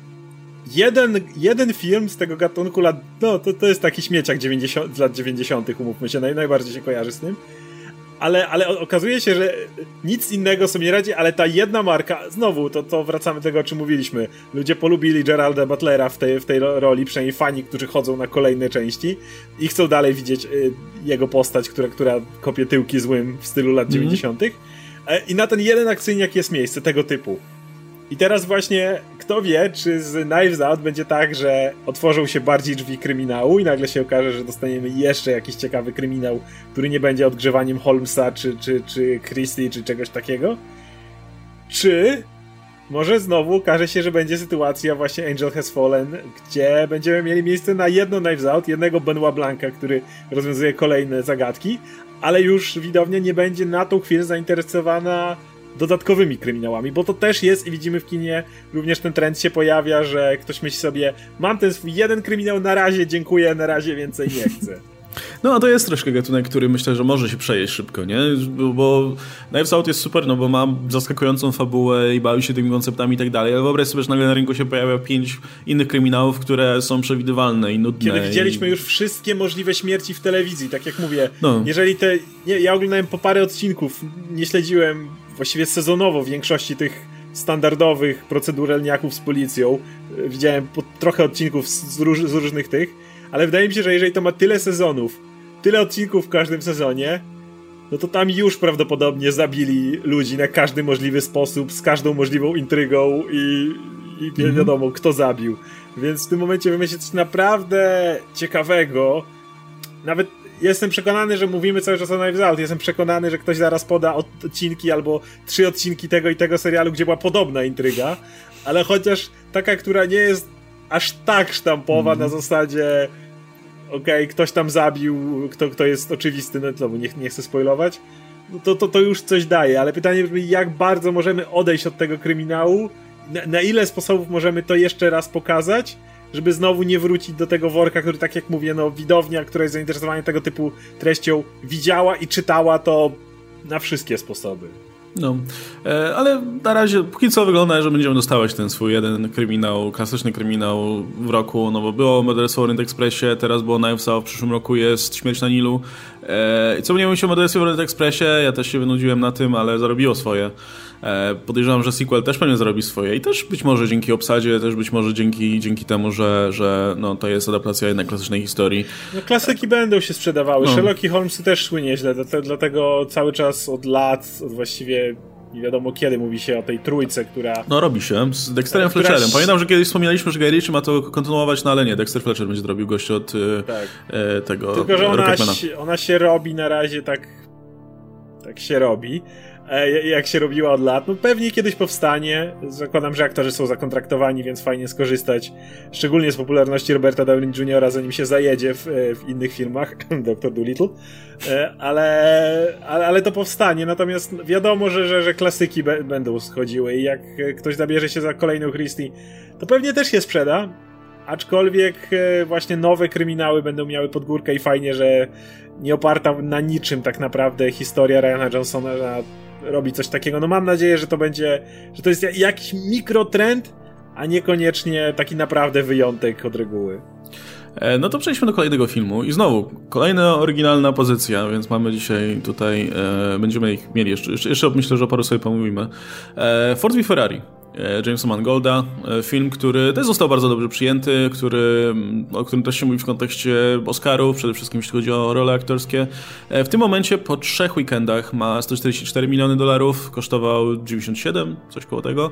Jeden, jeden film z tego gatunku lat, no to, to jest taki śmieciak dziewięćdziesiątych, z lat dziewięćdziesiątych, umówmy się, naj, najbardziej się kojarzy z tym. Ale, ale okazuje się, że nic innego sobie nie radzi, ale ta jedna marka, znowu, to, to wracamy do tego, o czym mówiliśmy. Ludzie polubili Geralda Butlera w tej, w tej roli, przynajmniej fani, którzy chodzą na kolejne części i chcą dalej widzieć y, jego postać, która, która kopie tyłki złym w stylu lat dziewięćdziesiątych. Mm. I na ten jeden akcyjniak jest miejsce tego typu. I teraz właśnie, kto wie, czy z Knives Out będzie tak, że otworzą się bardziej drzwi kryminału i nagle się okaże, że dostaniemy jeszcze jakiś ciekawy kryminał, który nie będzie odgrzewaniem Holmesa, czy, czy, czy Christie, czy czegoś takiego. Czy może znowu okaże się, że będzie sytuacja właśnie Angel Has Fallen, gdzie będziemy mieli miejsce na jedno Knives Out, jednego Benoit Blanca, który rozwiązuje kolejne zagadki, ale już widownia nie będzie na tą chwilę zainteresowana dodatkowymi kryminałami, bo to też jest i widzimy w kinie, również ten trend się pojawia, że ktoś myśli sobie, mam ten swój jeden kryminał, na razie dziękuję, na razie więcej nie chcę. No a to jest troszkę gatunek, który myślę, że może się przejeść szybko, nie? Bo Knives Out jest super, no bo ma zaskakującą fabułę i bawi się tymi konceptami i tak dalej, ale wyobraź sobie, że nagle na rynku się pojawia pięć innych kryminałów, które są przewidywalne i nudne. Kiedy widzieliśmy i... już wszystkie możliwe śmierci w telewizji, tak jak mówię, no. Jeżeli te... Nie, ja oglądałem po parę odcinków, nie śledziłem właściwie sezonowo większości tych standardowych proceduralniaków z policją. Widziałem po trochę odcinków z, róż, z różnych tych, ale wydaje mi się, że jeżeli to ma tyle sezonów, tyle odcinków w każdym sezonie, no to tam już prawdopodobnie zabili ludzi na każdy możliwy sposób, z każdą możliwą intrygą i, i nie mm-hmm. wiadomo, kto zabił. Więc w tym momencie wymyślić coś naprawdę ciekawego. Nawet jestem przekonany, że mówimy cały czas o Knives Out. Jestem przekonany, że ktoś zaraz poda odcinki albo trzy odcinki tego i tego serialu, gdzie była podobna intryga, ale chociaż taka, która nie jest aż tak sztampowa mm. na zasadzie okej, okay, ktoś tam zabił, kto, kto jest oczywisty, no to nie, nie chcę spoilować, no to, to, to już coś daje, ale pytanie brzmi, jak bardzo możemy odejść od tego kryminału, na, na ile sposobów możemy to jeszcze raz pokazać, żeby znowu nie wrócić do tego worka, który, tak jak mówię, no widownia, która jest zainteresowana tego typu treścią, widziała i czytała to na wszystkie sposoby. No, e, ale na razie póki co wygląda, że będziemy dostawać ten swój jeden kryminał, klasyczny kryminał w roku, no bo było Morderstwo w Orient Expressie, teraz było Knives Out, w przyszłym roku jest Śmierć na Nilu. E, co mnie myśli o Morderstwie w Orient Expressie, ja też się wynudziłem na tym, ale zarobiło swoje. E, podejrzewam, że sequel też pewnie zarobi swoje i też być może dzięki obsadzie, też być może dzięki, dzięki temu, że, że no, to jest adaptacja jednak klasycznej historii. No klasyki będą się sprzedawały, no. Sherlock i Holmesy też szły nieźle, dlatego cały czas od lat, od właściwie nie wiadomo kiedy mówi się o tej trójce, która... No robi się, z Dexterem która... Fletcherem. Pamiętam, że kiedyś wspominaliśmy, że Guy Ritchie ma to kontynuować, no ale nie, Dexter Fletcher będzie zrobił gościa od tak. e, tego Tylko, że ona się, ona się robi na razie tak... tak się robi. Jak się robiła od lat. No pewnie kiedyś powstanie. Zakładam, że aktorzy są zakontraktowani, więc fajnie skorzystać. Szczególnie z popularności Roberta Downey juniora, zanim się zajedzie w, w innych filmach. doktor Dolittle. Ale, ale, ale to powstanie. Natomiast wiadomo, że, że, że klasyki be, będą schodziły i jak ktoś zabierze się za kolejną Christie, to pewnie też się sprzeda. Aczkolwiek właśnie nowe kryminały będą miały podgórkę i fajnie, że nie oparta na niczym tak naprawdę historia Ryana Johnsona robi coś takiego. No mam nadzieję, że to będzie, że to jest jakiś mikrotrend, a niekoniecznie taki naprawdę wyjątek od reguły. No to przejdźmy do kolejnego filmu i znowu kolejna oryginalna pozycja, więc mamy dzisiaj tutaj, e, będziemy ich mieli jeszcze, jeszcze, jeszcze myślę, że o paru sobie pomówimy. E, Ford v Ferrari. Jamesa Mangolda, film, który też został bardzo dobrze przyjęty, który, o którym też się mówi w kontekście Oscarów, przede wszystkim jeśli chodzi o role aktorskie. W tym momencie po trzech weekendach ma sto czterdzieści cztery miliony dolarów, kosztował dziewięćdziesiąt siedem, coś koło tego.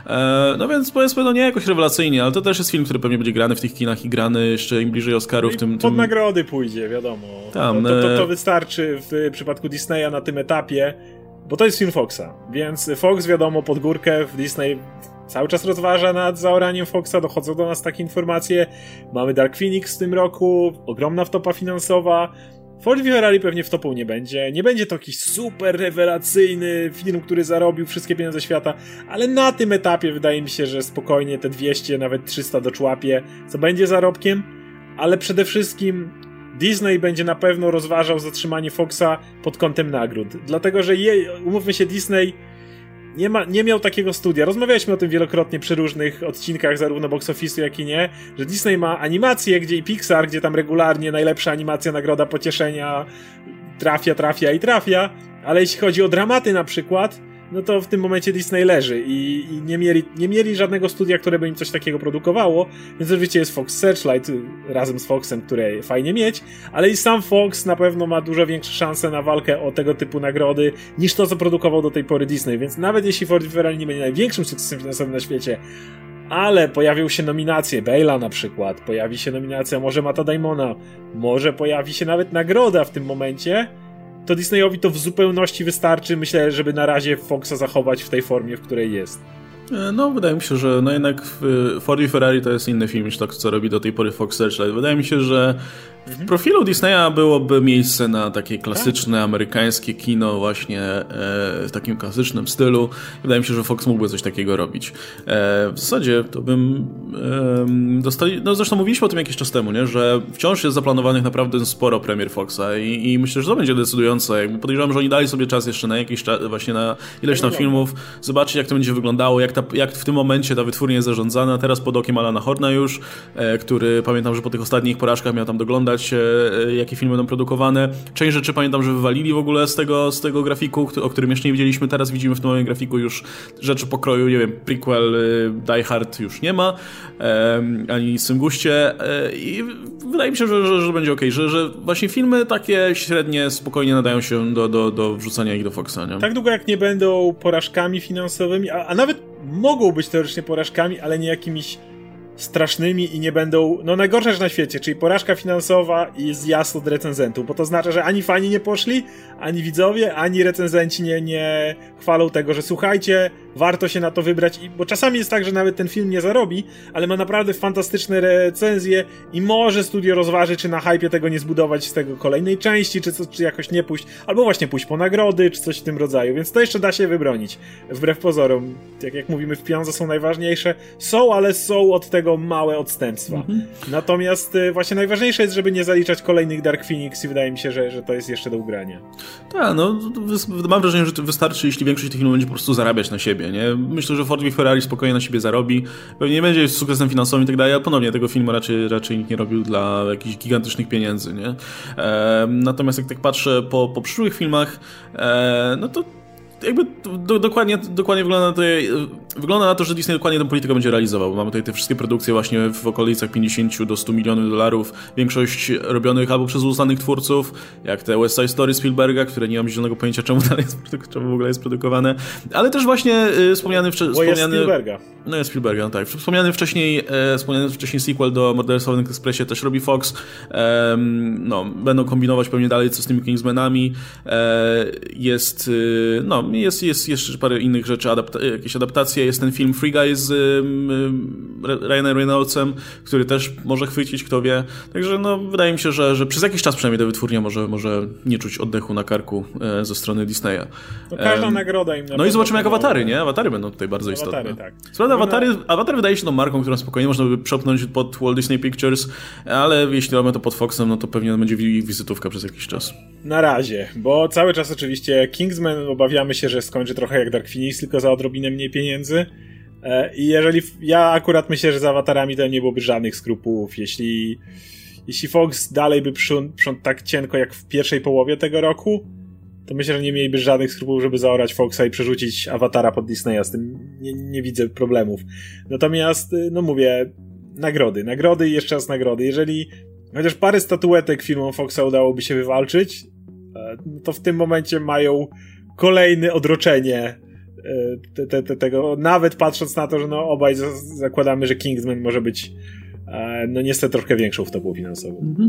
No więc powiedzmy, no nie jakoś rewelacyjnie, ale to też jest film, który pewnie będzie grany w tych kinach i grany jeszcze im bliżej Oscarów. No tym, pod tym... nagrody pójdzie, wiadomo. Tam, no, to, to, to wystarczy w przypadku Disneya na tym etapie, bo to jest film Foxa, więc Fox wiadomo pod górkę w Disney cały czas rozważa nad zaoraniem Foxa, dochodzą do nas takie informacje. Mamy Dark Phoenix w tym roku, ogromna wtopa finansowa. Ford v Ferrari pewnie wtopą nie będzie. Nie będzie to jakiś super rewelacyjny film, który zarobił wszystkie pieniądze świata, ale na tym etapie wydaje mi się, że spokojnie te dwieście, nawet trzysta doczłapie, co będzie zarobkiem, ale przede wszystkim Disney będzie na pewno rozważał zatrzymanie Foxa pod kątem nagród. Dlatego, że je, umówmy się, Disney nie, ma, nie miał takiego studia. Rozmawialiśmy o tym wielokrotnie przy różnych odcinkach, zarówno box office'u, jak i nie, że Disney ma animację, gdzie i Pixar, gdzie tam regularnie najlepsza animacja, nagroda pocieszenia trafia, trafia i trafia, ale jeśli chodzi o dramaty na przykład, no to w tym momencie Disney leży i, i nie, mieli, nie mieli żadnego studia, które by im coś takiego produkowało, więc oczywiście jest Fox Searchlight razem z Foxem, które fajnie mieć, ale i sam Fox na pewno ma dużo większe szanse na walkę o tego typu nagrody niż to, co produkował do tej pory Disney, więc nawet jeśli Ford v Ferrari nie będzie największym sukcesem finansowym na świecie, ale pojawią się nominacje Bale'a na przykład, pojawi się nominacja może Matta Damona, może pojawi się nawet nagroda w tym momencie, to Disneyowi to w zupełności wystarczy, myślę, żeby na razie Foxa zachować w tej formie, w której jest. No, wydaje mi się, że no jednak Ford v Ferrari to jest inny film niż to, co robi do tej pory Fox Searchlight. Wydaje mi się, że w profilu Disneya byłoby miejsce na takie klasyczne, amerykańskie kino właśnie e, w takim klasycznym stylu. Wydaje mi się, że Fox mógłby coś takiego robić. E, w zasadzie to bym e, dostali, no zresztą mówiliśmy o tym jakiś czas temu, nie? Że wciąż jest zaplanowanych naprawdę sporo premier Foxa i, i myślę, że to będzie decydujące. Jakby podejrzewam, że oni dali sobie czas jeszcze na jakiś czas, właśnie na ileś tam filmów, zobaczyć jak to będzie wyglądało, jak, ta, jak w tym momencie ta wytwórnia jest zarządzana. Teraz pod okiem Alana Horna już, e, który pamiętam, że po tych ostatnich porażkach miał tam doglądać jakie filmy będą produkowane. Część rzeczy pamiętam, że wywalili w ogóle z tego, z tego grafiku, o którym jeszcze nie widzieliśmy. Teraz widzimy w tym moim grafiku już rzeczy pokroju, nie wiem, prequel Die Hard już nie ma, um, ani nic w tym guście i wydaje mi się, że, że, że będzie okej, okay. że, że właśnie filmy takie średnie spokojnie nadają się do, do, do wrzucania ich do Foxa. Nie? Tak długo jak nie będą porażkami finansowymi, a, a nawet mogą być teoretycznie porażkami, ale nie jakimiś strasznymi i nie będą, no najgorsza rzecz na świecie, czyli porażka finansowa i zjazd od recenzentów, bo to oznacza, że ani fani nie poszli, ani widzowie, ani recenzenci nie, nie chwalą tego, że słuchajcie, warto się na to wybrać, I, bo czasami jest tak, że nawet ten film nie zarobi, ale ma naprawdę fantastyczne recenzje i może studio rozważy, czy na hypie tego nie zbudować z tego kolejnej części, czy, co, czy jakoś nie pójść, albo właśnie pójść po nagrody, czy coś w tym rodzaju, więc to jeszcze da się wybronić. Wbrew pozorom, jak, jak mówimy, w pieniądze są najważniejsze, są, ale są od tego tego małe odstępstwa. Mhm. Natomiast właśnie najważniejsze jest, żeby nie zaliczać kolejnych Dark Phoenix i wydaje mi się, że, że to jest jeszcze do ugrania. Tak, no mam wrażenie, że to wystarczy, jeśli większość tych filmów będzie po prostu zarabiać na siebie, nie? Myślę, że Ford v Ferrari spokojnie na siebie zarobi. Pewnie nie będzie sukcesem finansowym i tak dalej, ale ponownie tego filmu raczej, raczej nikt nie robił dla jakichś gigantycznych pieniędzy, nie? E, natomiast jak tak patrzę po, po przyszłych filmach, e, no to jakby do, dokładnie, dokładnie wygląda, na to, wygląda na to, że Disney dokładnie tę politykę będzie realizował. Mamy tutaj te wszystkie produkcje właśnie w okolicach pięćdziesiąt do stu milionów dolarów. Większość robionych albo przez uznanych twórców, jak te West Side Story Spielberga, które nie mam zielonego pojęcia, czemu dalej jest, czemu w ogóle jest produkowane. Ale też właśnie y, wspomniany... Wcze- Bo jest Spielberga. No jest Spielberga, no tak. Wspomniany wcześniej, e, wspomniany wcześniej sequel do Morderstwa w Orient Expressie też robi Fox. E, no, będą kombinować pewnie dalej co z tymi Kingsmanami. E, jest, y, no, jest, jest jeszcze parę innych rzeczy, adapta- jakieś adaptacje. Jest ten film Free Guy z y, Ryanem Reynoldsem, który też może chwycić, kto wie. Także no, wydaje mi się, że, że przez jakiś czas przynajmniej ta wytwórnia może, może nie czuć oddechu na karku e, ze strony Disneya. No każda e, nagroda im na No i zobaczymy jak awatary, nie? Awatary będą tutaj bardzo awatary, istotne. Tak. Prawda, awatary, Avatar wydaje się tą marką, którą spokojnie można by przepchnąć pod Walt Disney Pictures, ale jeśli robimy to pod Foxem, no to pewnie będzie ich wizytówka przez jakiś czas. Na razie, bo cały czas oczywiście Kingsman obawiamy się, że skończy trochę jak Dark Phoenix, tylko za odrobinę mniej pieniędzy. I jeżeli ja akurat myślę, że z awatarami to nie byłoby żadnych skrupułów, jeśli, jeśli Fox dalej by przątł tak cienko jak w pierwszej połowie tego roku, to myślę, że nie mieliby żadnych skrupułów, żeby zaorać Foxa i przerzucić Awatara pod Disneya. Z tym nie, nie widzę problemów. Natomiast, no mówię, nagrody. Nagrody i jeszcze raz nagrody. Jeżeli chociaż parę statuetek filmom Foxa udałoby się wywalczyć, to w tym momencie mają kolejne odroczenie te, te, te, tego. Nawet patrząc na to, że no obaj zakładamy, że Kingsman może być no niestety troszkę większą wtopą finansową. Mhm.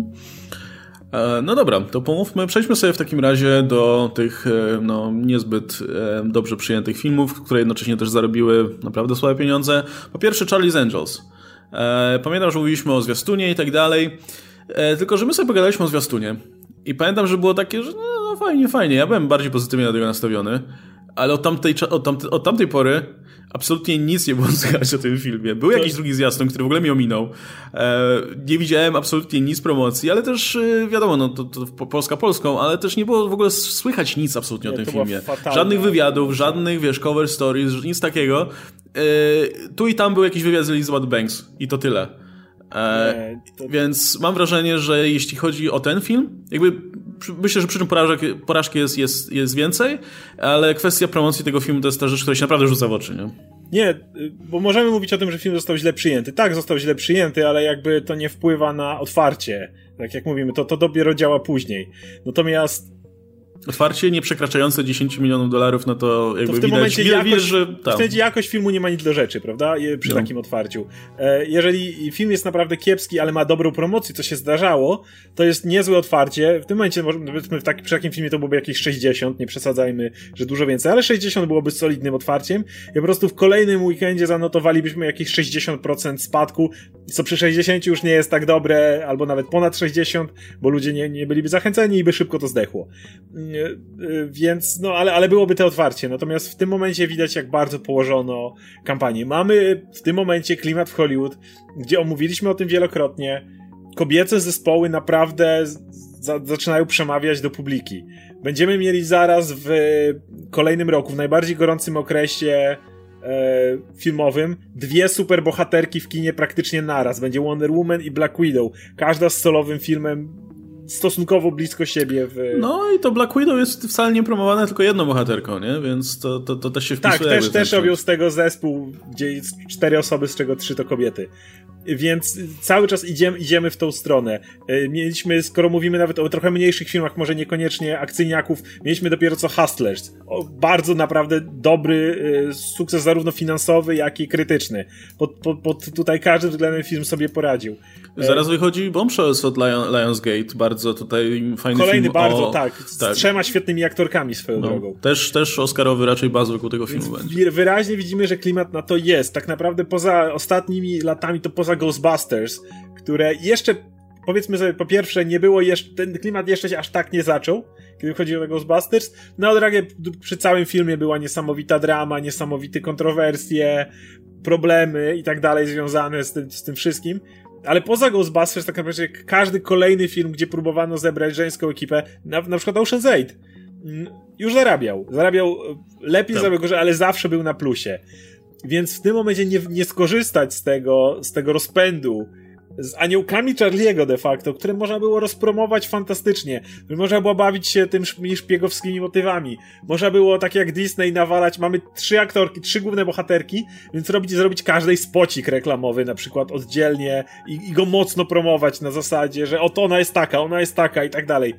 No dobra, to pomówmy, przejdźmy sobie w takim razie do tych no, niezbyt dobrze przyjętych filmów, które jednocześnie też zarobiły naprawdę słabe pieniądze. Po pierwsze Charlie's Angels. Pamiętam, że mówiliśmy o zwiastunie i tak dalej, tylko że my sobie pogadaliśmy o zwiastunie i pamiętam, że było takie, że no, no fajnie, fajnie, ja byłem bardziej pozytywnie do tego nastawiony, ale od tamtej, od tamtej, od tamtej pory absolutnie nic nie było słychać o tym filmie. Był jakiś drugi zwiastun, który w ogóle mnie ominął. E, nie widziałem absolutnie nic promocji, ale też e, wiadomo, no to, to Polska Polską, ale też nie było w ogóle słychać nic absolutnie nie, o tym filmie. Żadnych wywiadów, żadnych, wiesz, cover stories, nic takiego. E, tu i tam był jakiś wywiad z Elizabeth Banks i to tyle. E, nie, to... Więc mam wrażenie, że jeśli chodzi o ten film, jakby myślę, że przyczyn porażek, porażki jest, jest, jest więcej, ale kwestia promocji tego filmu to jest ta rzecz, która się naprawdę rzuca w oczy, nie? Nie, bo możemy mówić o tym, że film został źle przyjęty. Tak, został źle przyjęty, ale jakby to nie wpływa na otwarcie. Tak jak mówimy, to, to dopiero działa później. Natomiast otwarcie nie przekraczające dziesięć milionów dolarów, no to jakby to w tym widać, momencie wie, jakość, wiesz, że tam. Wtedy jakość filmu nie ma nic do rzeczy, prawda? Przy no. takim otwarciu. Jeżeli film jest naprawdę kiepski, ale ma dobrą promocję, co się zdarzało, to jest niezłe otwarcie. W tym momencie, powiedzmy, w taki, przy takim filmie to byłoby jakieś sześćdziesiąt, nie przesadzajmy, że dużo więcej, ale sześćdziesiąt byłoby solidnym otwarciem i po prostu w kolejnym weekendzie zanotowalibyśmy jakieś sześćdziesiąt procent spadku, co przy sześćdziesięciu już nie jest tak dobre, albo nawet ponad sześćdziesiąt, bo ludzie nie, nie byliby zachęceni i by szybko to zdechło. Więc, no, ale, ale byłoby to otwarcie. Natomiast w tym momencie widać, jak bardzo położono kampanię. Mamy w tym momencie klimat w Hollywood, gdzie omówiliśmy o tym wielokrotnie. Kobiece zespoły naprawdę za, zaczynają przemawiać do publiki. Będziemy mieli zaraz w kolejnym roku, w najbardziej gorącym okresie e, filmowym, dwie superbohaterki w kinie praktycznie naraz. Będzie Wonder Woman i Black Widow. Każda z solowym filmem stosunkowo blisko siebie. W... No i to Black Widow jest wcale nie promowane tylko jedną bohaterką, nie? Więc to, to, to też się wpisuje. Tak, też, też robią z tego zespół, gdzie jest cztery osoby, z czego trzy to kobiety. Więc cały czas idziemy, idziemy w tą stronę. Mieliśmy, skoro mówimy nawet o trochę mniejszych filmach, może niekoniecznie akcyjniaków, mieliśmy dopiero co Hustlers. O, bardzo naprawdę dobry y, sukces zarówno finansowy, jak i krytyczny. Pod, pod, pod tutaj każdym względem film sobie poradził. Zaraz wychodzi Bombshells od Lion, Lionsgate, bardzo tutaj fajny Kolejny film. bardzo, o... tak, z tak. trzema świetnymi aktorkami swoją no, drogą. Też, też Oscarowy raczej baz wokół tego filmu Więc będzie. Wyraźnie widzimy, że klimat na to jest. Tak naprawdę poza ostatnimi latami, to poza Ghostbusters, które jeszcze powiedzmy sobie, po pierwsze, nie było jeszcze, ten klimat jeszcze się aż tak nie zaczął, kiedy chodzi o Ghostbusters. Na odwagę przy całym filmie była niesamowita drama, niesamowite kontrowersje, problemy i tak dalej związane z tym, z tym wszystkim. Ale poza Ghostbusters tak naprawdę każdy kolejny film, gdzie próbowano zebrać żeńską ekipę, na, na przykład Ocean's Eight, już zarabiał. Zarabiał lepiej, tak. zarabiał gorzej, ale zawsze był na plusie. Więc w tym momencie nie, nie skorzystać z tego, z tego rozpędu, z aniołkami Charlie'ego de facto, które można było rozpromować fantastycznie. Można było bawić się tymi szpiegowskimi motywami. Można było, tak jak Disney, nawalać, mamy trzy aktorki, trzy główne bohaterki, więc robić, zrobić każdej spocik reklamowy, na przykład oddzielnie i, i go mocno promować na zasadzie, że oto ona jest taka, ona jest taka i tak dalej.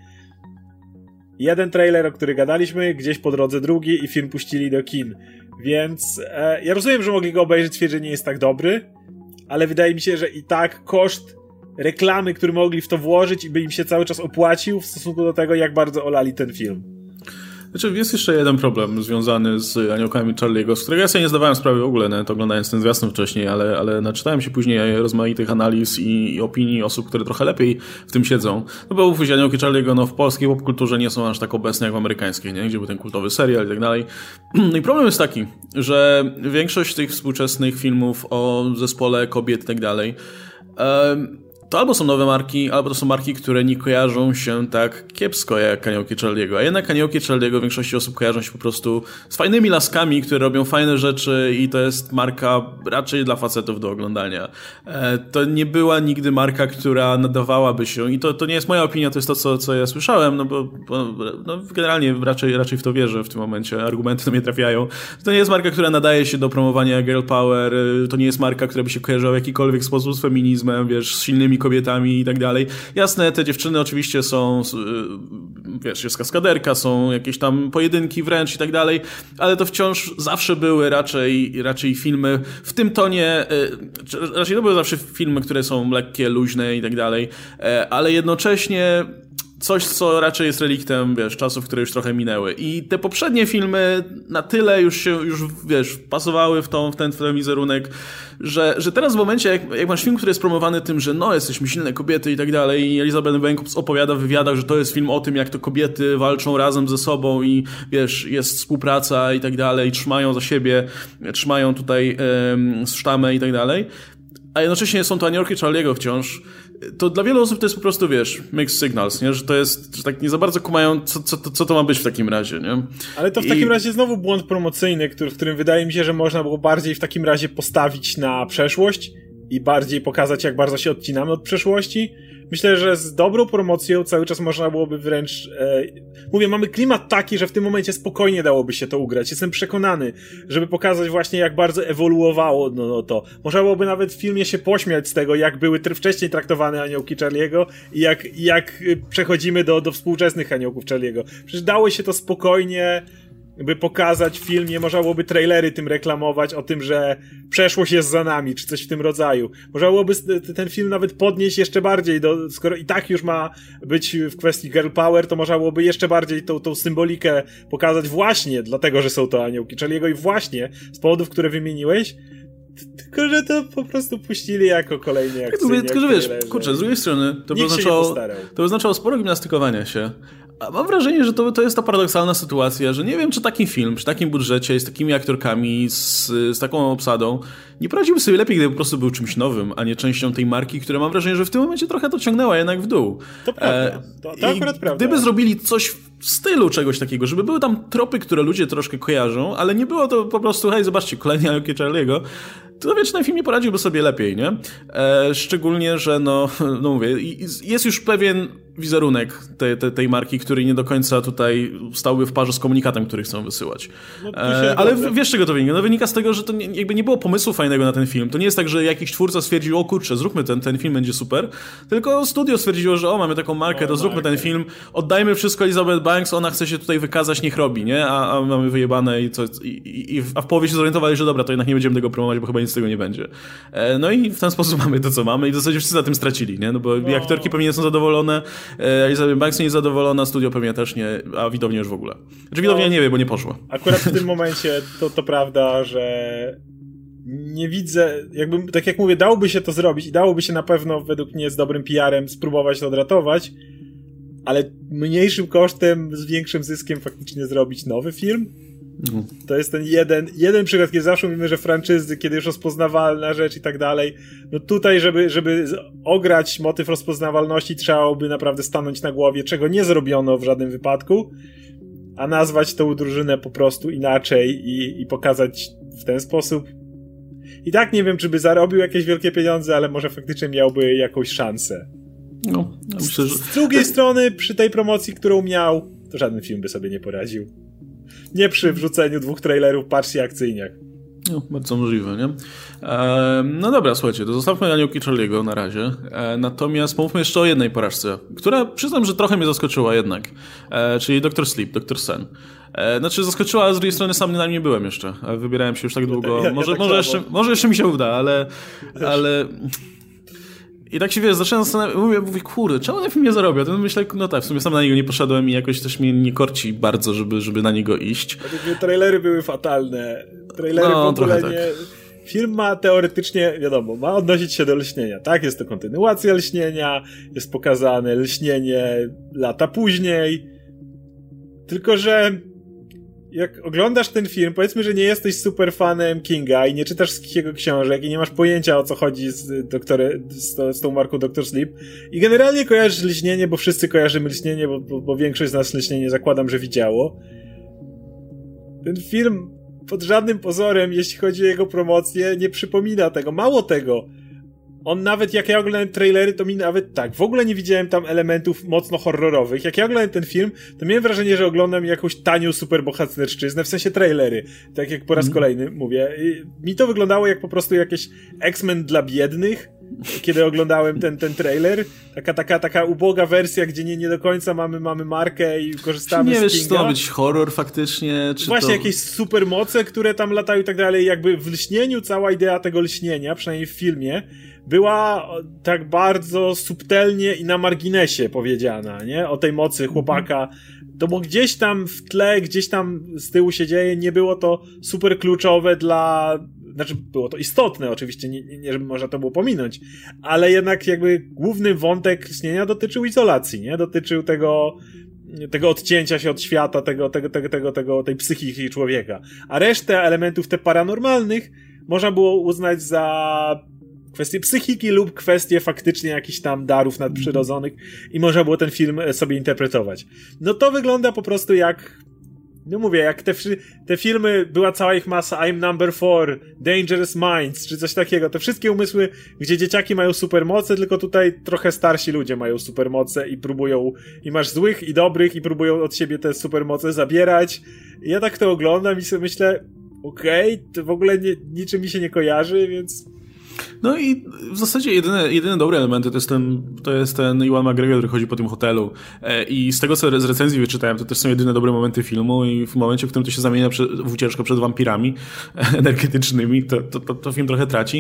Jeden trailer, o którym gadaliśmy, gdzieś po drodze drugi i film puścili do kin. Więc e, ja rozumiem, że mogli go obejrzeć, twierdzić, że nie jest tak dobry, ale wydaje mi się, że i tak koszt reklamy, który mogli w to włożyć i by im się cały czas opłacił w stosunku do tego, jak bardzo olali ten film. Znaczy, jest jeszcze jeden problem związany z aniołkami Charlie'ego, z którego ja sobie nie zdawałem sprawy w ogóle, nawet oglądając ten zwiastun wcześniej, ale, ale naczytałem się później rozmaitych analiz i, i opinii osób, które trochę lepiej w tym siedzą. No bo ufać, aniołki Charlie'ego no, w polskiej popkulturze nie są aż tak obecne jak w amerykańskiej, nie? Gdzie był ten kultowy serial i tak dalej. No i problem jest taki, że większość tych współczesnych filmów o zespole kobiet i tak dalej um, to albo są nowe marki, albo to są marki, które nie kojarzą się tak kiepsko jak aniołki Charlie'ego. A jednak aniołki Charlie'ego większości osób kojarzą się po prostu z fajnymi laskami, które robią fajne rzeczy i to jest marka raczej dla facetów do oglądania. E, to nie była nigdy marka, która nadawałaby się i to, to nie jest moja opinia, to jest to, co, co ja słyszałem, no bo, bo no generalnie raczej, raczej w to wierzę w tym momencie, argumenty do mnie trafiają. To nie jest marka, która nadaje się do promowania girl power, to nie jest marka, która by się kojarzyła w jakikolwiek sposób z feminizmem, wiesz, z silnymi kobietami i tak dalej. Jasne, te dziewczyny oczywiście są, wiesz, jest kaskaderka, są jakieś tam pojedynki wręcz i tak dalej, ale to wciąż zawsze były raczej, raczej filmy w tym tonie, raczej to były zawsze filmy, które są lekkie, luźne i tak dalej, ale jednocześnie coś, co raczej jest reliktem, wiesz, czasów, które już trochę minęły. I te poprzednie filmy na tyle już się, już, wiesz, pasowały w, tą, w, ten, w ten wizerunek, że, że teraz w momencie, jak, jak masz film, który jest promowany tym, że no, jesteśmy silne kobiety i tak dalej, i Elizabeth Banks opowiada w wywiadach, że to jest film o tym, jak to kobiety walczą razem ze sobą i, wiesz, jest współpraca i tak dalej, trzymają za siebie, trzymają tutaj um, sztamę i tak dalej, a jednocześnie są to aniołki Charlie'ego wciąż, to dla wielu osób to jest po prostu, wiesz, mixed signals, nie? Że to jest, że tak nie za bardzo kumają, co, co, co to ma być w takim razie, nie? Ale to w I... takim razie znowu błąd promocyjny, który, w którym wydaje mi się, że można było bardziej w takim razie postawić na przeszłość i bardziej pokazać, jak bardzo się odcinamy od przeszłości. Myślę, że z dobrą promocją cały czas można byłoby wręcz... E, mówię, mamy klimat taki, że w tym momencie spokojnie dałoby się to ugrać. Jestem przekonany, żeby pokazać właśnie, jak bardzo ewoluowało no, no to. Można byłoby nawet w filmie się pośmiać z tego, jak były tr- wcześniej traktowane aniołki Charlie'ego i jak, jak przechodzimy do, do współczesnych aniołków Charlie'ego. Przecież dało się to spokojnie... by pokazać w filmie, można byłoby trailery tym reklamować, o tym, że przeszłość jest za nami, czy coś w tym rodzaju. Można byłoby ten film nawet podnieść jeszcze bardziej, do, skoro i tak już ma być w kwestii girl power, to można byłoby jeszcze bardziej tą, tą symbolikę pokazać właśnie dlatego, że są to aniołki Charlie'ego i właśnie z powodów, które wymieniłeś, tylko, że to po prostu puścili jako kolejny akcyjnie. Tylko, że wiesz, kurczę, z drugiej strony to by oznaczało, to oznaczało sporo gimnastykowania się. A mam wrażenie, że to, to jest ta paradoksalna sytuacja, że nie wiem, czy taki film, przy takim budżecie, z takimi aktorkami, z, z taką obsadą, nie poradziłby sobie lepiej, gdyby po prostu był czymś nowym, a nie częścią tej marki, która mam wrażenie, że w tym momencie trochę to ciągnęła jednak w dół. To prawda. To, to akurat prawda. Gdyby zrobili coś w stylu czegoś takiego, żeby były tam tropy, które ludzie troszkę kojarzą, ale nie było to po prostu, hej, zobaczcie, kolejny aniołki Charlie'ego, to wiesz, ten film nie poradziłby sobie lepiej, nie? E, szczególnie, że no, no mówię, jest już pewien wizerunek tej, tej, tej marki, który nie do końca tutaj stałby w parze z komunikatem, który chcą wysyłać. No, e, ale w, wiesz, czego to wynika? No wynika z tego, że to nie, jakby nie było pomysłu fajnego na ten film. To nie jest tak, że jakiś twórca stwierdził, o kurczę, zróbmy ten, ten film, będzie super, tylko studio stwierdziło, że o, mamy taką markę, o, to zróbmy markę. Ten film, oddajmy wszystko Elizabeth Banks, ona chce się tutaj wykazać, niech robi, nie? A, a mamy wyjebane i, co, i, i a w połowie się zorientowali, że dobra, to jednak nie będziemy tego promować, bo chyba nic z tego nie będzie. E, no i w ten sposób mamy to, co mamy i w zasadzie wszyscy na tym stracili, nie? No bo no. aktorki pewnie są zadowolone, Elizabeth Banks nie jest zadowolona, studio pewnie też nie, a widownia już w ogóle. Znaczy widownia no, nie wie, bo nie poszło. Akurat w tym momencie to, to prawda, że nie widzę, jakby, tak jak mówię, dałoby się to zrobić i dałoby się na pewno według mnie z dobrym P R-em spróbować to odratować, ale mniejszym kosztem, z większym zyskiem faktycznie zrobić nowy film. Mhm. To jest ten jeden, jeden przykład, kiedy zawsze mówimy, że franczyzy, kiedy już rozpoznawalna rzecz i tak dalej, no tutaj, żeby, żeby ograć motyw rozpoznawalności, trzeba by naprawdę stanąć na głowie, czego nie zrobiono w żadnym wypadku, a nazwać tą drużynę po prostu inaczej i, i pokazać w ten sposób. I tak nie wiem, czy by zarobił jakieś wielkie pieniądze, ale może faktycznie miałby jakąś szansę. No, ja myślę, że... Z drugiej strony, przy tej promocji, którą miał, to żaden film by sobie nie poradził. Nie przy wrzuceniu dwóch trailerów, patrzcie akcyjniach. No, bardzo możliwe, nie? E, no dobra, słuchajcie, to zostawmy Aniołki Charlie'ego na razie. E, natomiast mówmy jeszcze o jednej porażce, która przyznam, że trochę mnie zaskoczyła jednak. E, czyli doktor Sleep, doktor Sen. E, znaczy zaskoczyła, a z drugiej strony sam na nim nie byłem jeszcze. Wybierałem się już tak długo. Ja, ja może, tak może, jeszcze, może jeszcze mi się uda, ale... ale... I tak się, wiesz, zacząłem zastanawiać, mówię, mówię, kurde, czemu ten film nie zarobił? A to myślę, no tak, w sumie sam na niego nie poszedłem i jakoś też mnie nie korci bardzo, żeby, żeby na niego iść. Trailery były fatalne. Trailery no, w ogóle nie... Tak. Film ma teoretycznie, wiadomo, ma odnosić się do Lśnienia, tak? Jest to kontynuacja Lśnienia, jest pokazane Lśnienie lata później. Tylko że jak oglądasz ten film, powiedzmy, że nie jesteś super fanem Kinga i nie czytasz z jego książek i nie masz pojęcia, o co chodzi z, doktory, z, to, z tą marką doktor Sleep i generalnie kojarzysz Lśnienie, bo wszyscy kojarzymy Lśnienie, bo, bo, bo większość z nas Lśnienie zakładam, że widziało. Ten film pod żadnym pozorem, jeśli chodzi o jego promocję, nie przypomina tego. Mało tego, on nawet, jak ja oglądałem trailery, to mi nawet tak, w ogóle nie widziałem tam elementów mocno horrorowych. Jak ja oglądałem ten film, to miałem wrażenie, że oglądam jakąś tanią superbohaterszczyznę, w sensie trailery. Tak jak po raz mm. kolejny mówię. I mi to wyglądało jak po prostu jakieś X-Men dla biednych, kiedy oglądałem ten, ten trailer. Taka, taka, taka uboga wersja, gdzie nie, nie do końca mamy, mamy markę i korzystamy nie z wiesz, Kinga. czy to ma być horror faktycznie, czy Właśnie to... jakieś supermoce, które tam latają i tak dalej. Jakby w Lśnieniu cała idea tego lśnienia, przynajmniej w filmie, była tak bardzo subtelnie i na marginesie powiedziana, nie? O tej mocy chłopaka. To bo gdzieś tam w tle, gdzieś tam z tyłu się dzieje, nie było to super kluczowe dla... Znaczy, było to istotne oczywiście, nie, nie żeby można to było pominąć, ale jednak jakby główny wątek lśnienia dotyczył izolacji, nie? Dotyczył tego... tego odcięcia się od świata, tego, tego, tego, tego, tego, tej psychiki człowieka. A resztę elementów te paranormalnych można było uznać za kwestie psychiki lub kwestie faktycznie jakichś tam darów nadprzyrodzonych i można było ten film sobie interpretować. No to wygląda po prostu jak, no mówię, jak te, te filmy, była cała ich masa, I'm Number Four, Dangerous Minds, czy coś takiego. Te wszystkie umysły, gdzie dzieciaki mają supermoce, tylko tutaj trochę starsi ludzie mają supermoce i próbują, i masz złych i dobrych i próbują od siebie te supermoce zabierać. I ja tak to oglądam i sobie myślę, okej, okay, to w ogóle nie, niczym mi się nie kojarzy, więc... No i w zasadzie jedyne, jedyne dobre elementy to jest ten, to jest ten Ewan McGregor, który chodzi po tym hotelu. I z tego, co z recenzji wyczytałem, to też są jedyne dobre momenty filmu i w momencie, w którym to się zamienia w ucieczkę przed wampirami energetycznymi, to, to, to, to film trochę traci.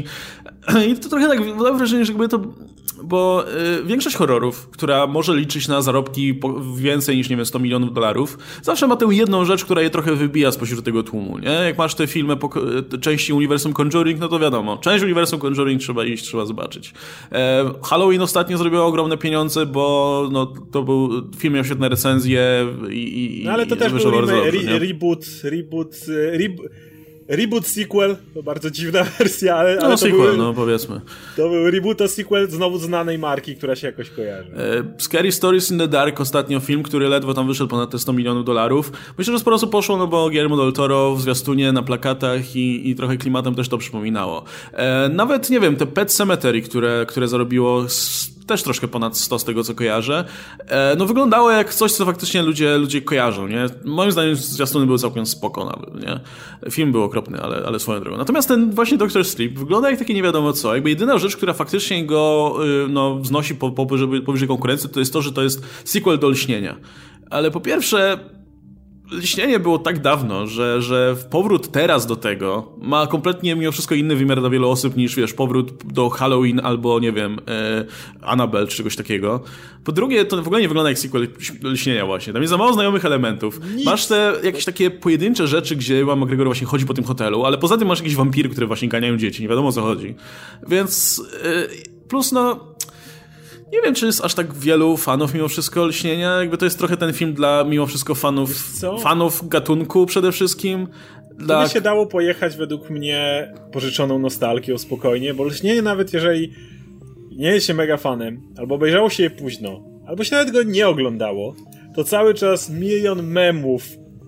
I to trochę tak, mam wrażenie, że jakby to... Bo y, większość horrorów, która może liczyć na zarobki po, więcej niż, nie wiem, sto milionów dolarów, zawsze ma tę jedną rzecz, która je trochę wybija spośród tego tłumu, nie? Jak masz te filmy po te części uniwersum Conjuring, no to wiadomo, część uniwersum Conjuring trzeba iść, trzeba zobaczyć. E, Halloween ostatnio zrobiło ogromne pieniądze, bo no, to był film, miał świetne recenzje i, i no ale to też był bardzo re, dobrze, re, reboot, reboot, reboot Reboot sequel, to bardzo dziwna wersja, ale, no, ale to sequel, był, no powiedzmy. To był reboot, to sequel znowu znanej marki, która się jakoś kojarzy. E, Scary Stories in the Dark, ostatnio film, który ledwo tam wyszedł ponad te sto milionów dolarów. Myślę, że sporo osób poszło, no bo Guillermo del Toro w zwiastunie, na plakatach i, i trochę klimatem też to przypominało. E, nawet, nie wiem, te Pet Sematary, które, które zarobiło z, też troszkę ponad sto z tego, co kojarzę, e, no wyglądało jak coś, co faktycznie ludzie, ludzie kojarzą, nie? Moim zdaniem zwiastuny były całkiem spoko nawet, nie? Film był okropny, ale, ale swoją drogą. Natomiast ten właśnie doktor Sleep wygląda jak takie nie wiadomo co. Jakby jedyna rzecz, która faktycznie go y, no, wznosi po, powyżej, powyżej konkurencji, to jest to, że to jest sequel do Lśnienia. Ale po pierwsze, Lśnienie było tak dawno, że, że powrót teraz do tego ma kompletnie mimo wszystko inny wymiar dla wielu osób niż, wiesz, powrót do Halloween albo, nie wiem, e, Annabelle czy czegoś takiego. Po drugie, to w ogóle nie wygląda jak sequel Lśnienia właśnie. Tam jest za mało znajomych elementów. Nic. Masz te jakieś takie pojedyncze rzeczy, gdzie Ewan McGregor właśnie chodzi po tym hotelu, ale poza tym masz jakieś wampiry, które właśnie ganiają dzieci. Nie wiadomo o co chodzi. Więc e, plus no... Nie wiem, czy jest aż tak wielu fanów mimo wszystko Lśnienia. Jakby to jest trochę ten film dla mimo wszystko fanów fanów gatunku przede wszystkim. Dla... To by się dało pojechać według mnie pożyczoną nostalgią spokojnie, bo Lśnienie nawet jeżeli nie jest się mega fanem, albo obejrzało się je późno, albo się nawet go nie oglądało, to cały czas milion memów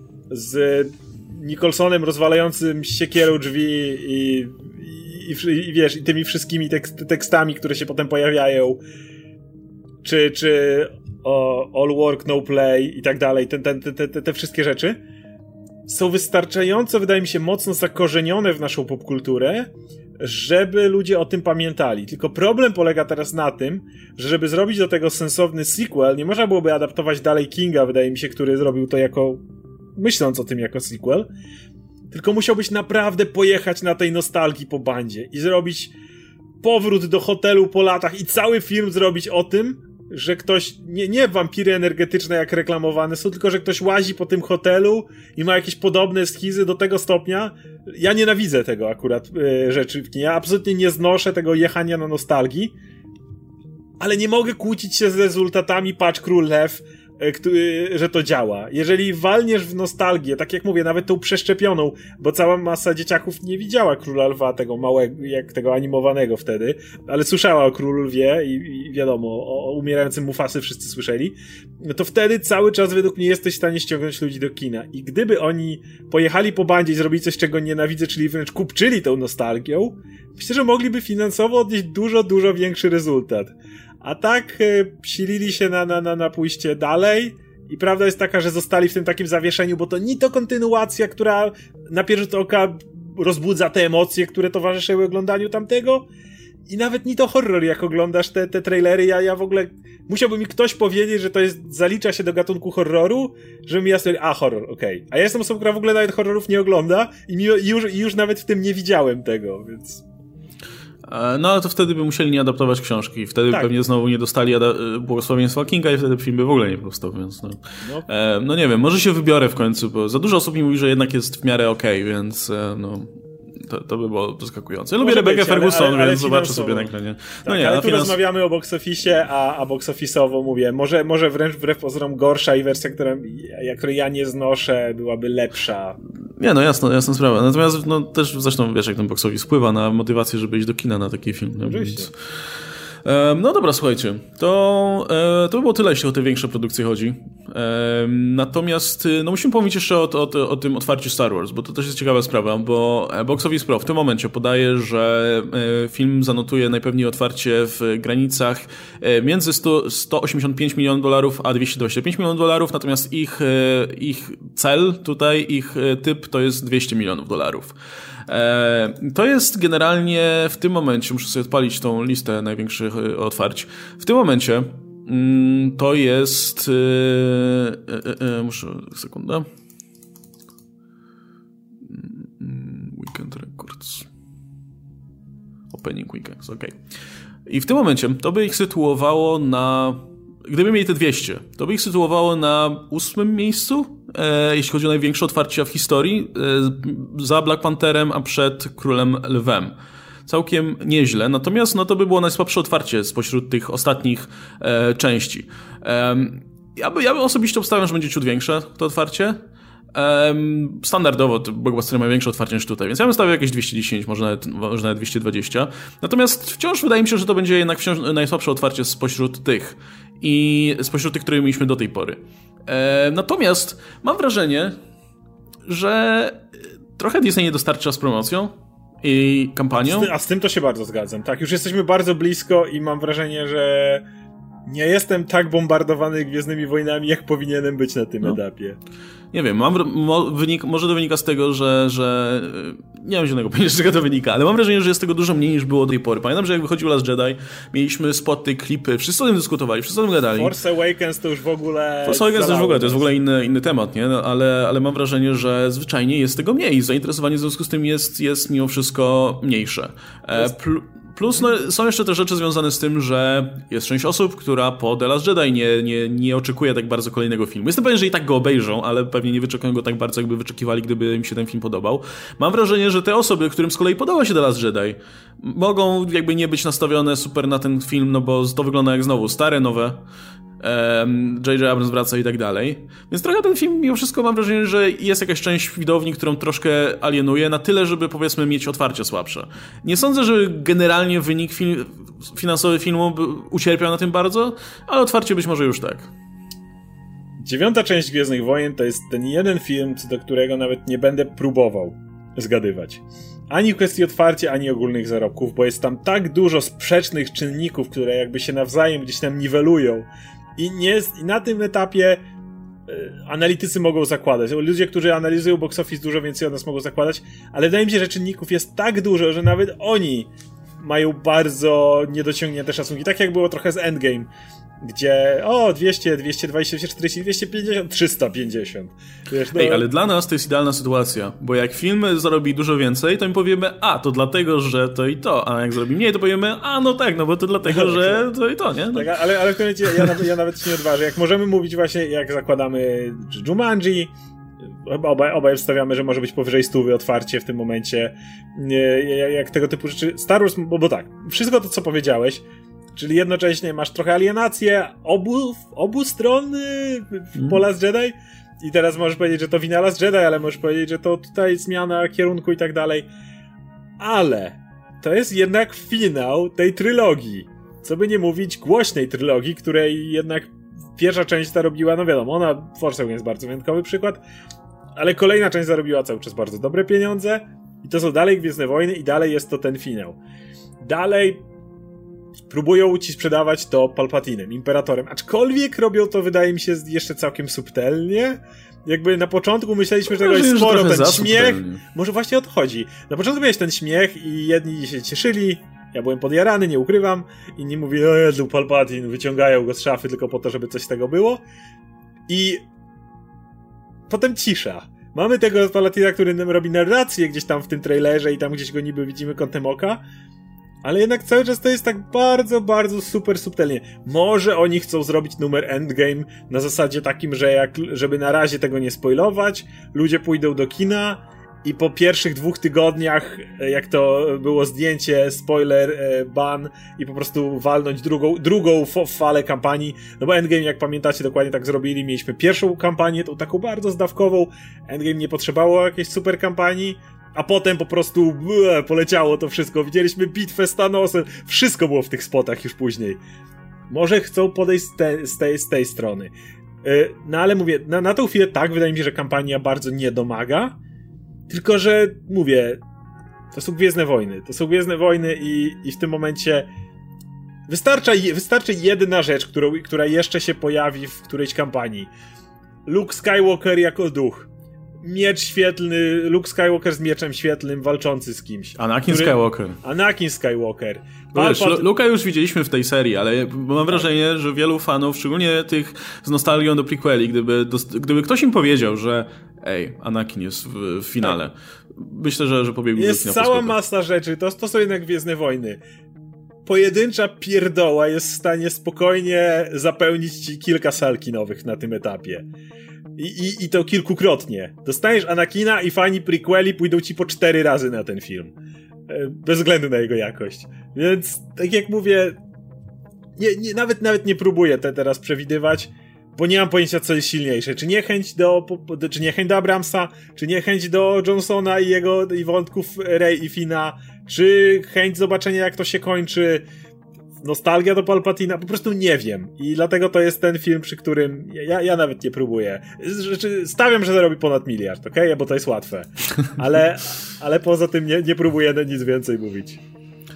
z Nicholsonem rozwalającym siekierą drzwi i, i, i, i wiesz, i tymi wszystkimi tekst, tekstami, które się potem pojawiają, czy, czy o, all work, no play i tak dalej, te, te, te, te, te wszystkie rzeczy są wystarczająco, wydaje mi się, mocno zakorzenione w naszą popkulturę, żeby ludzie o tym pamiętali. Tylko problem polega teraz na tym, że żeby zrobić do tego sensowny sequel, nie można byłoby adaptować dalej Kinga, wydaje mi się, który zrobił to jako, myśląc o tym jako sequel, tylko musiałbyś naprawdę pojechać na tej nostalgii po bandzie i zrobić powrót do hotelu po latach i cały film zrobić o tym, że ktoś, nie, nie wampiry energetyczne jak reklamowane są, tylko że ktoś łazi po tym hotelu i ma jakieś podobne eskizy do tego stopnia. Ja nienawidzę tego akurat yy, rzeczy w kinie. Ja absolutnie nie znoszę tego jechania na nostalgii, ale nie mogę kłócić się z rezultatami Patrz Król Lew, yy, który, że to działa. Jeżeli walniesz w nostalgię, tak jak mówię, nawet tą przeszczepioną, bo cała masa dzieciaków nie widziała Króla Lwa, tego małego, jak tego animowanego wtedy, ale słyszała o Królu Lwie i, i wiadomo, o, o umierającym Mufasy wszyscy słyszeli, no to wtedy cały czas według mnie jesteś w stanie ściągnąć ludzi do kina. I gdyby oni pojechali po bandzie i zrobili coś, czego nienawidzę, czyli wręcz kupczyli tą nostalgią, myślę, że mogliby finansowo odnieść dużo, dużo większy rezultat. A tak e, silili się na, na, na, na pójście dalej i prawda jest taka, że zostali w tym takim zawieszeniu, bo to ni to kontynuacja, która na pierwszy rzut oka rozbudza te emocje, które towarzyszyły oglądaniu tamtego, i nawet ni to horror, jak oglądasz te, te trailery. Ja, ja w ogóle musiałby mi ktoś powiedzieć, że to jest, zalicza się do gatunku horroru, żebym ja sobie, a horror, okej. Okay. A ja jestem osobą, która w ogóle nawet horrorów nie ogląda i, mi, i, już, i już nawet w tym nie widziałem tego, więc... No ale to wtedy by musieli nie adaptować książki. Wtedy tak. Pewnie znowu nie dostali błogosławieństwa Kinga i wtedy film by w ogóle nie powstał, więc no. No. E, no nie wiem, może się wybiorę w końcu, bo za dużo osób mi mówi, że jednak jest w miarę okej, okay, więc e, no... To, to by było zaskakujące. Ja lubię Rebekę Ferguson, ale, ale, ale więc zobaczę sobie nagranie. No tak, nie, ale tu finans... rozmawiamy o box office, a, a box office'owo mówię, może, może wręcz wbrew pozorom gorsza i wersja, która, której ja nie znoszę, byłaby lepsza. Nie, no jasna, jasna sprawa. Natomiast no, też zresztą wiesz, jak ten box office wpływa na motywację, żeby iść do kina na taki film. Oczywiście. Więc... No dobra, słuchajcie, to, to by było tyle, jeśli o te większe produkcje chodzi. Natomiast no musimy powiedzieć jeszcze o, o, o tym otwarciu Star Wars, bo to też jest ciekawa sprawa, bo Box Office Pro w tym momencie podaje, że film zanotuje najpewniej otwarcie w granicach między sto osiemdziesiąt pięć milionów dolarów a dwieście dwadzieścia pięć milionów dolarów, natomiast ich, ich cel tutaj, ich typ to jest dwieście milionów dolarów. To jest generalnie w tym momencie, muszę sobie odpalić tą listę największych otwarć, w tym momencie to jest muszę, sekundę Weekend Records Opening Weekends, ok. I w tym momencie to by ich sytuowało na, gdyby mieli te dwieście, to by ich sytuowało na ósmym miejscu, e, jeśli chodzi o największe otwarcia w historii, e, za Black Pantherem, a przed Królem Lwem. Całkiem nieźle, natomiast no, to by było najsłabsze otwarcie spośród tych ostatnich e, części. E, ja, by, ja bym osobiście obstawiał, że będzie ciut większe to otwarcie. Um, standardowo blockbustery mają większe otwarcie niż tutaj, więc ja bym stawiał jakieś dwieście dziesięć, może nawet, może nawet dwieście dwadzieścia. Natomiast wciąż wydaje mi się, że to będzie jednak wciąż najsłabsze otwarcie spośród tych i spośród tych, które mieliśmy do tej pory. E, natomiast mam wrażenie, że trochę Disney nie dostarcza z promocją i kampanią. Z ty, a z tym to się bardzo zgadzam. Tak, już jesteśmy bardzo blisko i mam wrażenie, że Nie jestem tak bombardowany Gwiezdnymi Wojnami, jak powinienem być na tym no. etapie. Nie wiem, mam mo, wynik, może to wynika z tego, że, że nie mam zielonego pojęcia, z czego to wynika, ale mam wrażenie, że jest tego dużo mniej niż było do tej pory. Pamiętam, że jak wychodził Last Jedi, mieliśmy spoty, klipy, wszyscy o tym dyskutowali, wszyscy o tym gadali. Force Awakens to już w ogóle... Force Awakens to już w ogóle, to jest w ogóle inny, inny temat, nie? No, ale, ale mam wrażenie, że zwyczajnie jest tego mniej. Zainteresowanie w związku z tym jest, jest mimo wszystko mniejsze. E, pl- Plus no, są jeszcze te rzeczy związane z tym, że jest część osób, która po The Last Jedi nie, nie, nie oczekuje tak bardzo kolejnego filmu. Jestem pewien, że i tak go obejrzą, ale pewnie nie wyczekują go tak bardzo, jakby wyczekiwali, gdyby im się ten film podobał. Mam wrażenie, że te osoby, którym z kolei podoba się The Last Jedi, mogą jakby nie być nastawione super na ten film, no bo to wygląda jak znowu stare, nowe. J J Abrams wraca i tak dalej. Więc trochę ten film mimo wszystko mam wrażenie, że jest jakaś część widowni, którą troszkę alienuje na tyle, żeby powiedzmy mieć otwarcie słabsze. Nie sądzę, że generalnie wynik film, finansowy filmu ucierpiał na tym bardzo, ale otwarcie być może już tak. Dziewiąta część Gwiezdnych Wojen to jest ten jeden film, co do którego nawet nie będę próbował zgadywać. Ani w kwestii otwarcia, ani ogólnych zarobków, bo jest tam tak dużo sprzecznych czynników, które jakby się nawzajem gdzieś tam niwelują. I, nie jest, i na tym etapie y, analitycy mogą zakładać. Ludzie, którzy analizują box office, dużo więcej od nas mogą zakładać, ale wydaje mi się, że czynników jest tak dużo, że nawet oni mają bardzo niedociągnięte szacunki. Tak jak było trochę z Endgame, gdzie o, dwieście, dwieście dwadzieścia, dwieście czterdzieści, dwieście pięćdziesiąt, trzysta pięćdziesiąt. Wiesz, no... Ej, ale dla nas to jest idealna sytuacja, bo jak film zarobi dużo więcej, to my powiemy, a, to dlatego, że to i to, a jak zrobi mniej, to powiemy, a, no tak, no bo to dlatego, że to i to, nie? No. Tak, ale, ale w tym momencie ja, ja, ja nawet się nie odważę. Jak możemy mówić właśnie, jak zakładamy Jumanji, obaj, obaj wstawiamy, że może być powyżej stówy otwarcie w tym momencie, jak tego typu rzeczy. Star Wars, bo, bo tak, wszystko to, co powiedziałeś, czyli jednocześnie masz trochę alienację obu, obu stron mm. po Last Jedi i teraz możesz powiedzieć, że to wina Last Jedi, ale możesz powiedzieć, że to tutaj zmiana kierunku i tak dalej. Ale to jest jednak finał tej trylogii. Co by nie mówić, głośnej trylogii, której jednak pierwsza część zarobiła, no wiadomo, ona, Force Awakens jest bardzo wyjątkowy przykład, ale kolejna część zarobiła cały czas bardzo dobre pieniądze i to są dalej Gwiezdne Wojny i dalej jest to ten finał. Dalej próbują ci sprzedawać to Palpatinem, Imperatorem, aczkolwiek robią to, wydaje mi się, jeszcze całkiem subtelnie. Jakby na początku myśleliśmy, że tego jest sporo, ten śmiech, może właśnie o to chodzi. Na początku miałeś ten śmiech i jedni się cieszyli, ja byłem podjarany, nie ukrywam, inni mówili, o Jezu, Palpatine, wyciągają go z szafy tylko po to, żeby coś z tego było. I potem cisza. Mamy tego Palpatina, który nam robi narrację gdzieś tam w tym trailerze i tam gdzieś go niby widzimy kątem oka, ale jednak cały czas to jest tak bardzo, bardzo super subtelnie. Może oni chcą zrobić numer Endgame na zasadzie takim, że jak, żeby na razie tego nie spoilować, ludzie pójdą do kina i po pierwszych dwóch tygodniach, jak to było zdjęcie, spoiler, ban i po prostu walnąć drugą, drugą falę kampanii, no bo Endgame, jak pamiętacie, dokładnie tak zrobili. Mieliśmy pierwszą kampanię, tą taką bardzo zdawkową, Endgame nie potrzebowało jakiejś super kampanii, a potem po prostu bleh, poleciało to wszystko. Widzieliśmy bitwę z Thanosem. Wszystko było w tych spotach już później. Może chcą podejść z, te, z, tej, z tej strony. Yy, no ale mówię, na, na tą chwilę tak, wydaje mi się, że kampania bardzo nie domaga. Tylko, że mówię, to są Gwiezdne Wojny. To są Gwiezdne Wojny i, i w tym momencie wystarcza, wystarczy jedna rzecz, którą, która jeszcze się pojawi w którejś kampanii. Luke Skywalker jako duch. Miecz świetlny, Luke Skywalker z mieczem świetlnym walczący z kimś. Anakin który... Skywalker. Anakin Skywalker. Wiesz, Luka już widzieliśmy w tej serii, ale mam wrażenie, że wielu fanów, szczególnie tych z nostalgią do prequeli, gdyby, gdyby ktoś im powiedział, że ej, Anakin jest w, w finale, tak. Myślę, że, że pobiegł jest do kina. Jest cała masa rzeczy, to, to są jednak Gwiezdne Wojny. Pojedyncza pierdoła jest w stanie spokojnie zapełnić ci kilka sal kinowych na tym etapie. I, i, I to kilkukrotnie. Dostajesz Anakina i fani prequeli pójdą ci po cztery razy na ten film. Bez względu na jego jakość. Więc, tak jak mówię, nie, nie, nawet, nawet nie próbuję te teraz przewidywać, bo nie mam pojęcia, co jest silniejsze. Czy niechęć do, czy niechęć do Abramsa, czy niechęć do Johnsona i jego i wątków Rey i Fina, czy chęć zobaczenia, jak to się kończy, nostalgia do Palpatina, po prostu nie wiem. I dlatego to jest ten film, przy którym ja, ja nawet nie próbuję. Rzeczy, stawiam, że zarobi ponad miliard, okej? Okay? Bo to jest łatwe. Ale, ale poza tym nie, nie próbuję nic więcej mówić.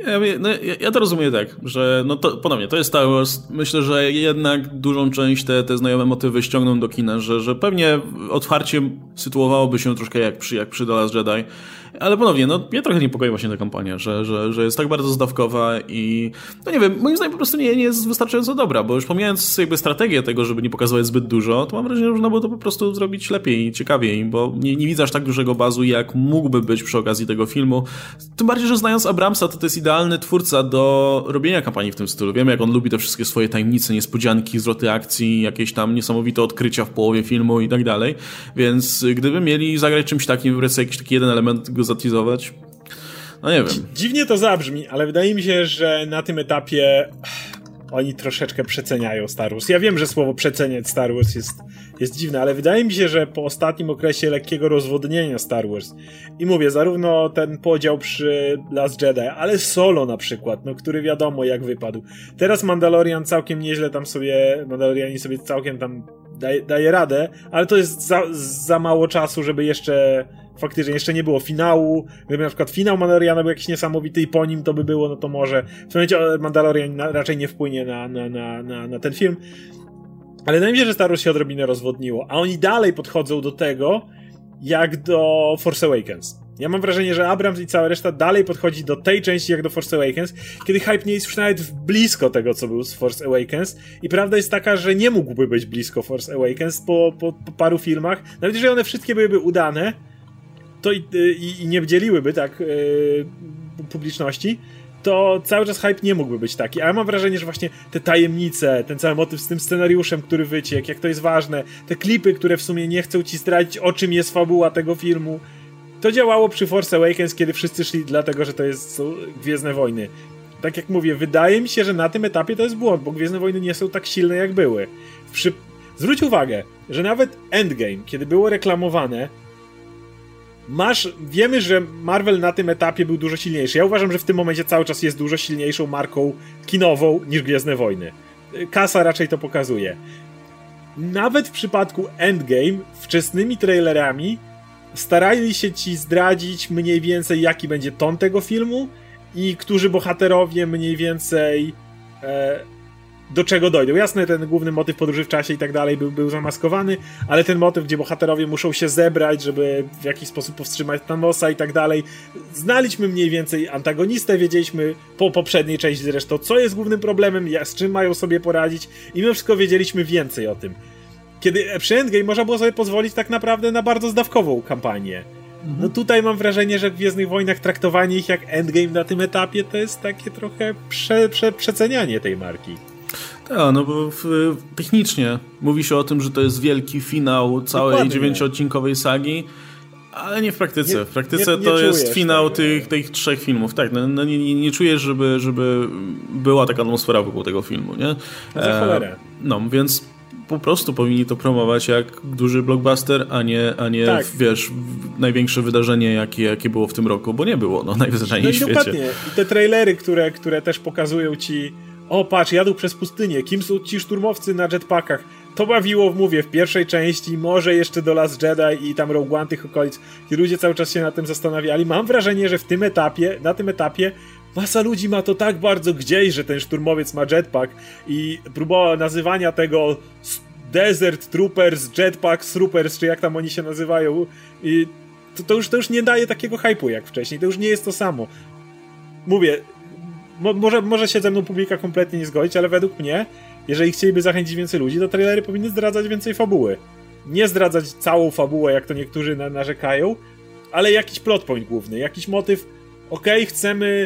Ja, no, ja, ja to rozumiem tak, że no to ponownie, to jest Star Wars. Myślę, że jednak dużą część te, te znajome motywy ściągną do kina, że, że pewnie otwarcie sytuowałoby się troszkę jak przy, jak przy The Last Jedi. Ale ponownie, no mnie trochę niepokoi właśnie ta kampania, że, że, że jest tak bardzo zdawkowa i no nie wiem, moim zdaniem po prostu nie, nie jest wystarczająco dobra, bo już pomijając jakby strategię tego, żeby nie pokazywać zbyt dużo, to mam wrażenie, że można było to po prostu zrobić lepiej i ciekawiej, bo nie, nie widzę aż tak dużego bazu, jak mógłby być przy okazji tego filmu. Tym bardziej, że znając Abramsa, to to jest idealny twórca do robienia kampanii w tym stylu. Wiemy, jak on lubi te wszystkie swoje tajemnice, niespodzianki, zwroty akcji, jakieś tam niesamowite odkrycia w połowie filmu i tak dalej, więc gdyby mieli zagrać czymś takim, wybrać sobie jakiś taki jeden element, go zatizować, no nie wiem. Dziwnie to zabrzmi, ale wydaje mi się, że na tym etapie oni troszeczkę przeceniają Star Wars. Ja wiem, że słowo przeceniać Star Wars jest, jest dziwne, ale wydaje mi się, że po ostatnim okresie lekkiego rozwodnienia Star Wars i mówię, zarówno ten podział przy Last Jedi, ale Solo na przykład, no który wiadomo jak wypadł. Teraz Mandalorian całkiem nieźle tam sobie, Mandalorianie sobie całkiem tam daje, daje radę, ale to jest za, za mało czasu, żeby jeszcze faktycznie jeszcze nie było finału. Gdyby na przykład finał Mandaloriana był jakiś niesamowity i po nim to by było, no to może w tym momencie Mandalorian raczej nie wpłynie na, na, na, na, na ten film. Ale wydaje mi się, że Star Wars się odrobinę rozwodniło, a oni dalej podchodzą do tego jak do Force Awakens. Ja mam wrażenie, że Abrams i cała reszta dalej podchodzi do tej części jak do Force Awakens, kiedy hype nie jest już nawet blisko tego, co był z Force Awakens i prawda jest taka, że nie mógłby być blisko Force Awakens po, po, po paru filmach. Nawet jeżeli one wszystkie byłyby udane, to i, i, i nie dzieliłyby tak yy, publiczności, to cały czas hype nie mógłby być taki. A ja mam wrażenie, że właśnie te tajemnice, ten cały motyw z tym scenariuszem, który wyciekł, jak to jest ważne, te klipy, które w sumie nie chcą ci zdradzić, o czym jest fabuła tego filmu, to działało przy Force Awakens, kiedy wszyscy szli dlatego, że to jest, są Gwiezdne Wojny. Tak jak mówię, wydaje mi się, że na tym etapie to jest błąd, bo Gwiezdne Wojny nie są tak silne, jak były. Przy... Zwróć uwagę, że nawet Endgame, kiedy było reklamowane, Masz, wiemy, że Marvel na tym etapie był dużo silniejszy. Ja uważam, że w tym momencie cały czas jest dużo silniejszą marką kinową niż Gwiezdne Wojny. Kasa raczej to pokazuje. Nawet w przypadku Endgame wczesnymi trailerami starali się ci zdradzić mniej więcej jaki będzie ton tego filmu i którzy bohaterowie mniej więcej e, do czego dojdą. Jasne, ten główny motyw podróży w czasie i tak dalej był, był zamaskowany, ale ten motyw, gdzie bohaterowie muszą się zebrać, żeby w jakiś sposób powstrzymać Thanosa i tak dalej. Znaliśmy mniej więcej antagonistę, wiedzieliśmy po poprzedniej części zresztą, co jest głównym problemem, z czym mają sobie poradzić i my wszystko wiedzieliśmy więcej o tym. Kiedy przy Endgame można było sobie pozwolić tak naprawdę na bardzo zdawkową kampanię. No tutaj mam wrażenie, że w Gwiezdnych Wojnach traktowanie ich jak Endgame na tym etapie to jest takie trochę prze, prze, przecenianie tej marki. Tak, no bo w, technicznie mówi się o tym, że to jest wielki finał całej dziewięcioodcinkowej sagi, ale nie w praktyce. Nie, w praktyce nie, nie to jest finał tego, tych, tych trzech filmów. Tak, no, no nie, nie, nie czujesz, żeby, żeby była taka atmosfera wokół tego filmu, nie? Za cholerę. No, więc po prostu powinni to promować jak duży blockbuster, a nie, a nie tak. wiesz, największe wydarzenie, jakie, jakie było w tym roku, bo nie było, no najwyżej no w świecie. Dokładnie. I te trailery, które, które też pokazują ci, o patrz, jadą przez pustynię, kim są ci szturmowcy na jetpackach. To bawiło, mówię, w pierwszej części, może jeszcze do Last Jedi i tam Rogue One, tych okolic, i ludzie cały czas się nad tym zastanawiali. Mam wrażenie, że w tym etapie, na tym etapie masa ludzi ma to tak bardzo gdzieś, że ten szturmowiec ma jetpack i próbowała nazywania tego Desert Troopers, Jetpack Troopers, czy jak tam oni się nazywają, i to, to, już, to już nie daje takiego hype'u jak wcześniej, to już nie jest to samo. Mówię, mo, może, może się ze mną publika kompletnie nie zgodzić, ale według mnie, jeżeli chcieliby zachęcić więcej ludzi, to trailery powinny zdradzać więcej fabuły. Nie zdradzać całą fabułę, jak to niektórzy na, narzekają, ale jakiś plot point główny, jakiś motyw, okej, okay, chcemy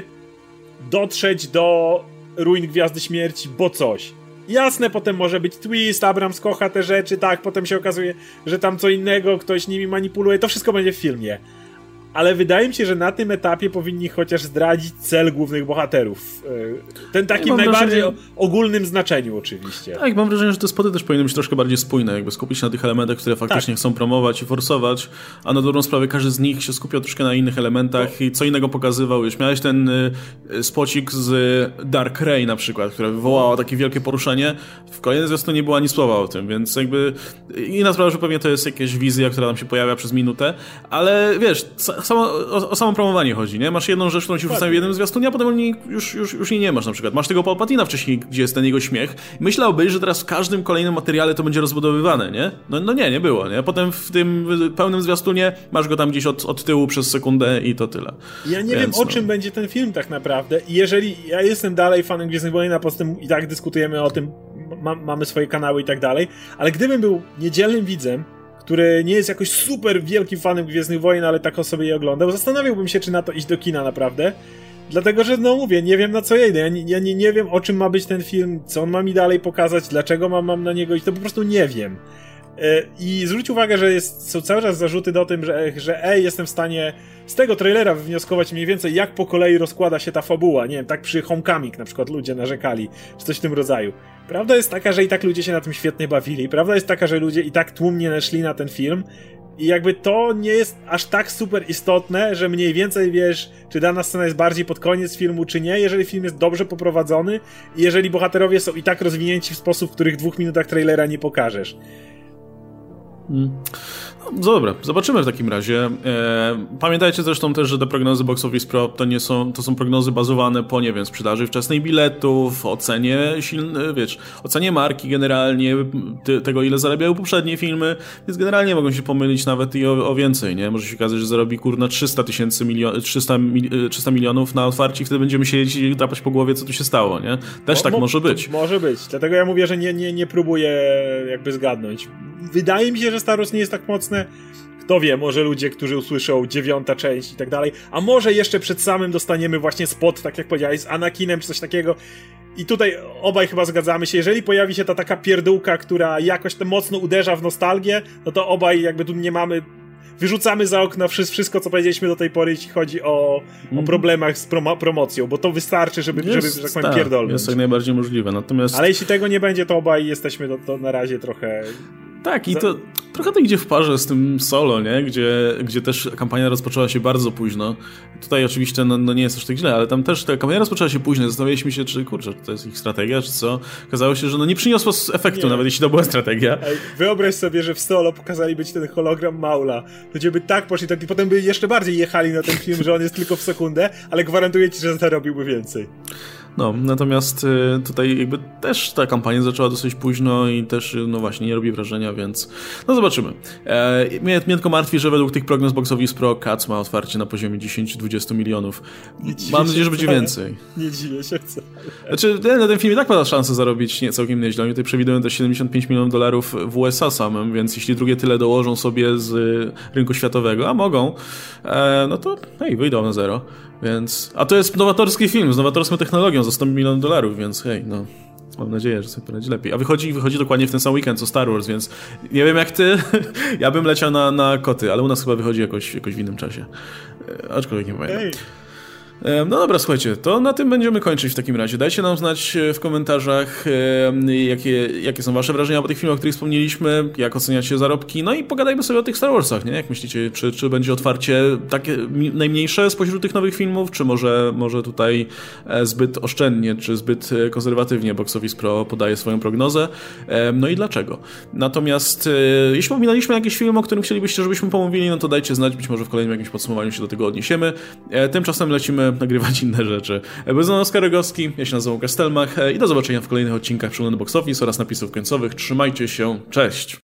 dotrzeć do ruin Gwiazdy Śmierci, bo coś. Jasne, potem może być twist, Abrams kocha te rzeczy, tak, potem się okazuje, że tam co innego, ktoś nimi manipuluje, to wszystko będzie w filmie. Ale wydaje mi się, że na tym etapie powinni chociaż zdradzić cel głównych bohaterów. Ten takim ja najbardziej wrażenie... ogólnym znaczeniu oczywiście. Tak, mam wrażenie, że te spoty też powinny być troszkę bardziej spójne, jakby skupić się na tych elementach, które faktycznie tak. chcą promować i forsować, a na dobrą sprawę każdy z nich się skupiał troszkę na innych elementach no. i co innego pokazywał. Już miałeś ten y, spocik z Dark Rey na przykład, która wywołała takie wielkie poruszenie. W kolejnym zwiastunie nie było ani słowa o tym, więc jakby inna sprawa, że pewnie to jest jakaś wizja, która nam się pojawia przez minutę, ale wiesz, samo, o, o samo promowanie chodzi, nie? Masz jedną rzecz, którą ci wrzucają w jednym zwiastunie, a potem już, już, już jej nie masz na przykład. Masz tego Palpatina wcześniej, gdzie jest ten jego śmiech. Myślałbyś, że teraz w każdym kolejnym materiale to będzie rozbudowywane, nie? No, no nie, nie było, nie? Potem w tym pełnym zwiastunie masz go tam gdzieś od, od tyłu przez sekundę i to tyle. Ja nie Więc, wiem, o no. czym będzie ten film tak naprawdę i jeżeli ja jestem dalej fanem Gwiezdnych Wojen, a poza tym i tak dyskutujemy o tym, ma, mamy swoje kanały i tak dalej, ale gdybym był niedzielnym widzem, który nie jest jakoś super wielkim fanem Gwiezdnych Wojen, ale tak o sobie je oglądał, zastanawiałbym się, czy na to iść do kina naprawdę. Dlatego, że no mówię, nie wiem na co ja idę. Ja, nie, ja nie, nie wiem, o czym ma być ten film, co on ma mi dalej pokazać, dlaczego mam, mam na niego iść, to po prostu nie wiem. I zwróć uwagę, że jest, są cały czas zarzuty do tym, że, że ej, jestem w stanie z tego trailera wywnioskować mniej więcej, jak po kolei rozkłada się ta fabuła. Nie wiem, tak przy Homecoming na przykład ludzie narzekali, czy coś w tym rodzaju. Prawda jest taka, że i tak ludzie się na tym świetnie bawili. Prawda jest taka, że ludzie i tak tłumnie szli na ten film. I jakby to nie jest aż tak super istotne, że mniej więcej wiesz, czy dana scena jest bardziej pod koniec filmu, czy nie, jeżeli film jest dobrze poprowadzony i jeżeli bohaterowie są i tak rozwinięci w sposób, w których w dwóch minutach trailera nie pokażesz. Hmm. No, dobra, zobaczymy w takim razie. E, pamiętajcie zresztą też, że te prognozy Box Office Pro to nie są, to są prognozy bazowane po, nie wiem, sprzedaży wczesnej biletów, ocenie silny, wiesz, ocenie marki generalnie, ty, tego ile zarabiały poprzednie filmy, więc generalnie mogą się pomylić nawet i o, o więcej, nie? Może się okazać, że zarobi kurna trzysta tysięcy milionów, trzysta, trzysta milionów na otwarcie i wtedy będziemy siedzieć i drapać po głowie, co tu się stało, nie? Też mo, tak mo, może być. Może być, dlatego ja mówię, że nie, nie, nie próbuję jakby zgadnąć. Wydaje mi się, że Star Wars nie jest tak mocne. Kto wie, może ludzie, którzy usłyszą dziewiąta część i tak dalej, a może jeszcze przed samym dostaniemy właśnie spot, tak jak powiedziałeś, z Anakinem czy coś takiego. I tutaj obaj chyba zgadzamy się, jeżeli pojawi się ta taka pierdółka, która jakoś tam mocno uderza w nostalgię, no to obaj jakby tu nie mamy... Wyrzucamy za okno wszystko, co powiedzieliśmy do tej pory, jeśli chodzi o, mm. o problemach z promo- promocją, bo to wystarczy, żeby, jest, żeby że tak powiem, pierdolnąć. Jest jak najbardziej możliwe, natomiast... Ale jeśli tego nie będzie, to obaj jesteśmy to, to na razie trochę... Tak, i to trochę to idzie w parze z tym Solo, nie? Gdzie, gdzie też kampania rozpoczęła się bardzo późno. Tutaj oczywiście no, no nie jest aż tak źle, ale tam też ta kampania rozpoczęła się późno. Zastanawialiśmy się, czy kurczę, to jest ich strategia, czy co. Okazało się, że no nie przyniosło efektu, nie. Nawet jeśli to była strategia. Ej, wyobraź sobie, że w Solo pokazali być ten hologram Maula. Ludzie by tak poszli, tak i potem by jeszcze bardziej jechali na ten film, że on jest tylko w sekundę, ale gwarantuję ci, że zarobiłby więcej. No, natomiast y, tutaj jakby też ta kampania zaczęła dosyć późno i też, no właśnie, nie robi wrażenia, więc no zobaczymy. E, mnie, mnie tylko martwi, że według tych prognoz Box Office Pro Cats ma otwarcie na poziomie dziesięć do dwudziestu milionów. Mam nadzieję, że będzie więcej. Nie dziwię się wcale. Znaczy, na ten film i tak ma szansę zarobić nie, całkiem nieźle. Oni tutaj przewidują też siedemdziesiąt pięć milionów dolarów w U S A samym, więc jeśli drugie tyle dołożą sobie z rynku światowego, a mogą, e, no to hej, wyjdą na zero. Więc... A to jest nowatorski film z nowatorską technologią za sto milionów dolarów, więc hej, no... Mam nadzieję, że sobie poradzi lepiej. A wychodzi, wychodzi dokładnie w ten sam weekend co Star Wars, więc nie wiem jak ty, ja bym leciał na, na koty, ale u nas chyba wychodzi jakoś, jakoś w innym czasie. Aczkolwiek nie pamiętam. No dobra, słuchajcie, to na tym będziemy kończyć w takim razie. Dajcie nam znać w komentarzach, jakie, jakie są wasze wrażenia po tych filmach, o których wspomnieliśmy, jak oceniacie zarobki, no i pogadajmy sobie o tych Star Warsach, nie? Jak myślicie, czy, czy będzie otwarcie takie najmniejsze spośród tych nowych filmów, czy może, może tutaj zbyt oszczędnie, czy zbyt konserwatywnie Box Office Pro podaje swoją prognozę, no i dlaczego? Natomiast jeśli pominęliśmy jakiś film, o którym chcielibyście, żebyśmy pomówili, no to dajcie znać, być może w kolejnym jakimś podsumowaniu się do tego odniesiemy. Tymczasem lecimy nagrywać inne rzeczy. Byłem Oskar Rogowski, ja się nazywam Łukasz Stelmach i do zobaczenia w kolejnych odcinkach Przeglądu Box Office oraz napisów końcowych. Trzymajcie się, cześć!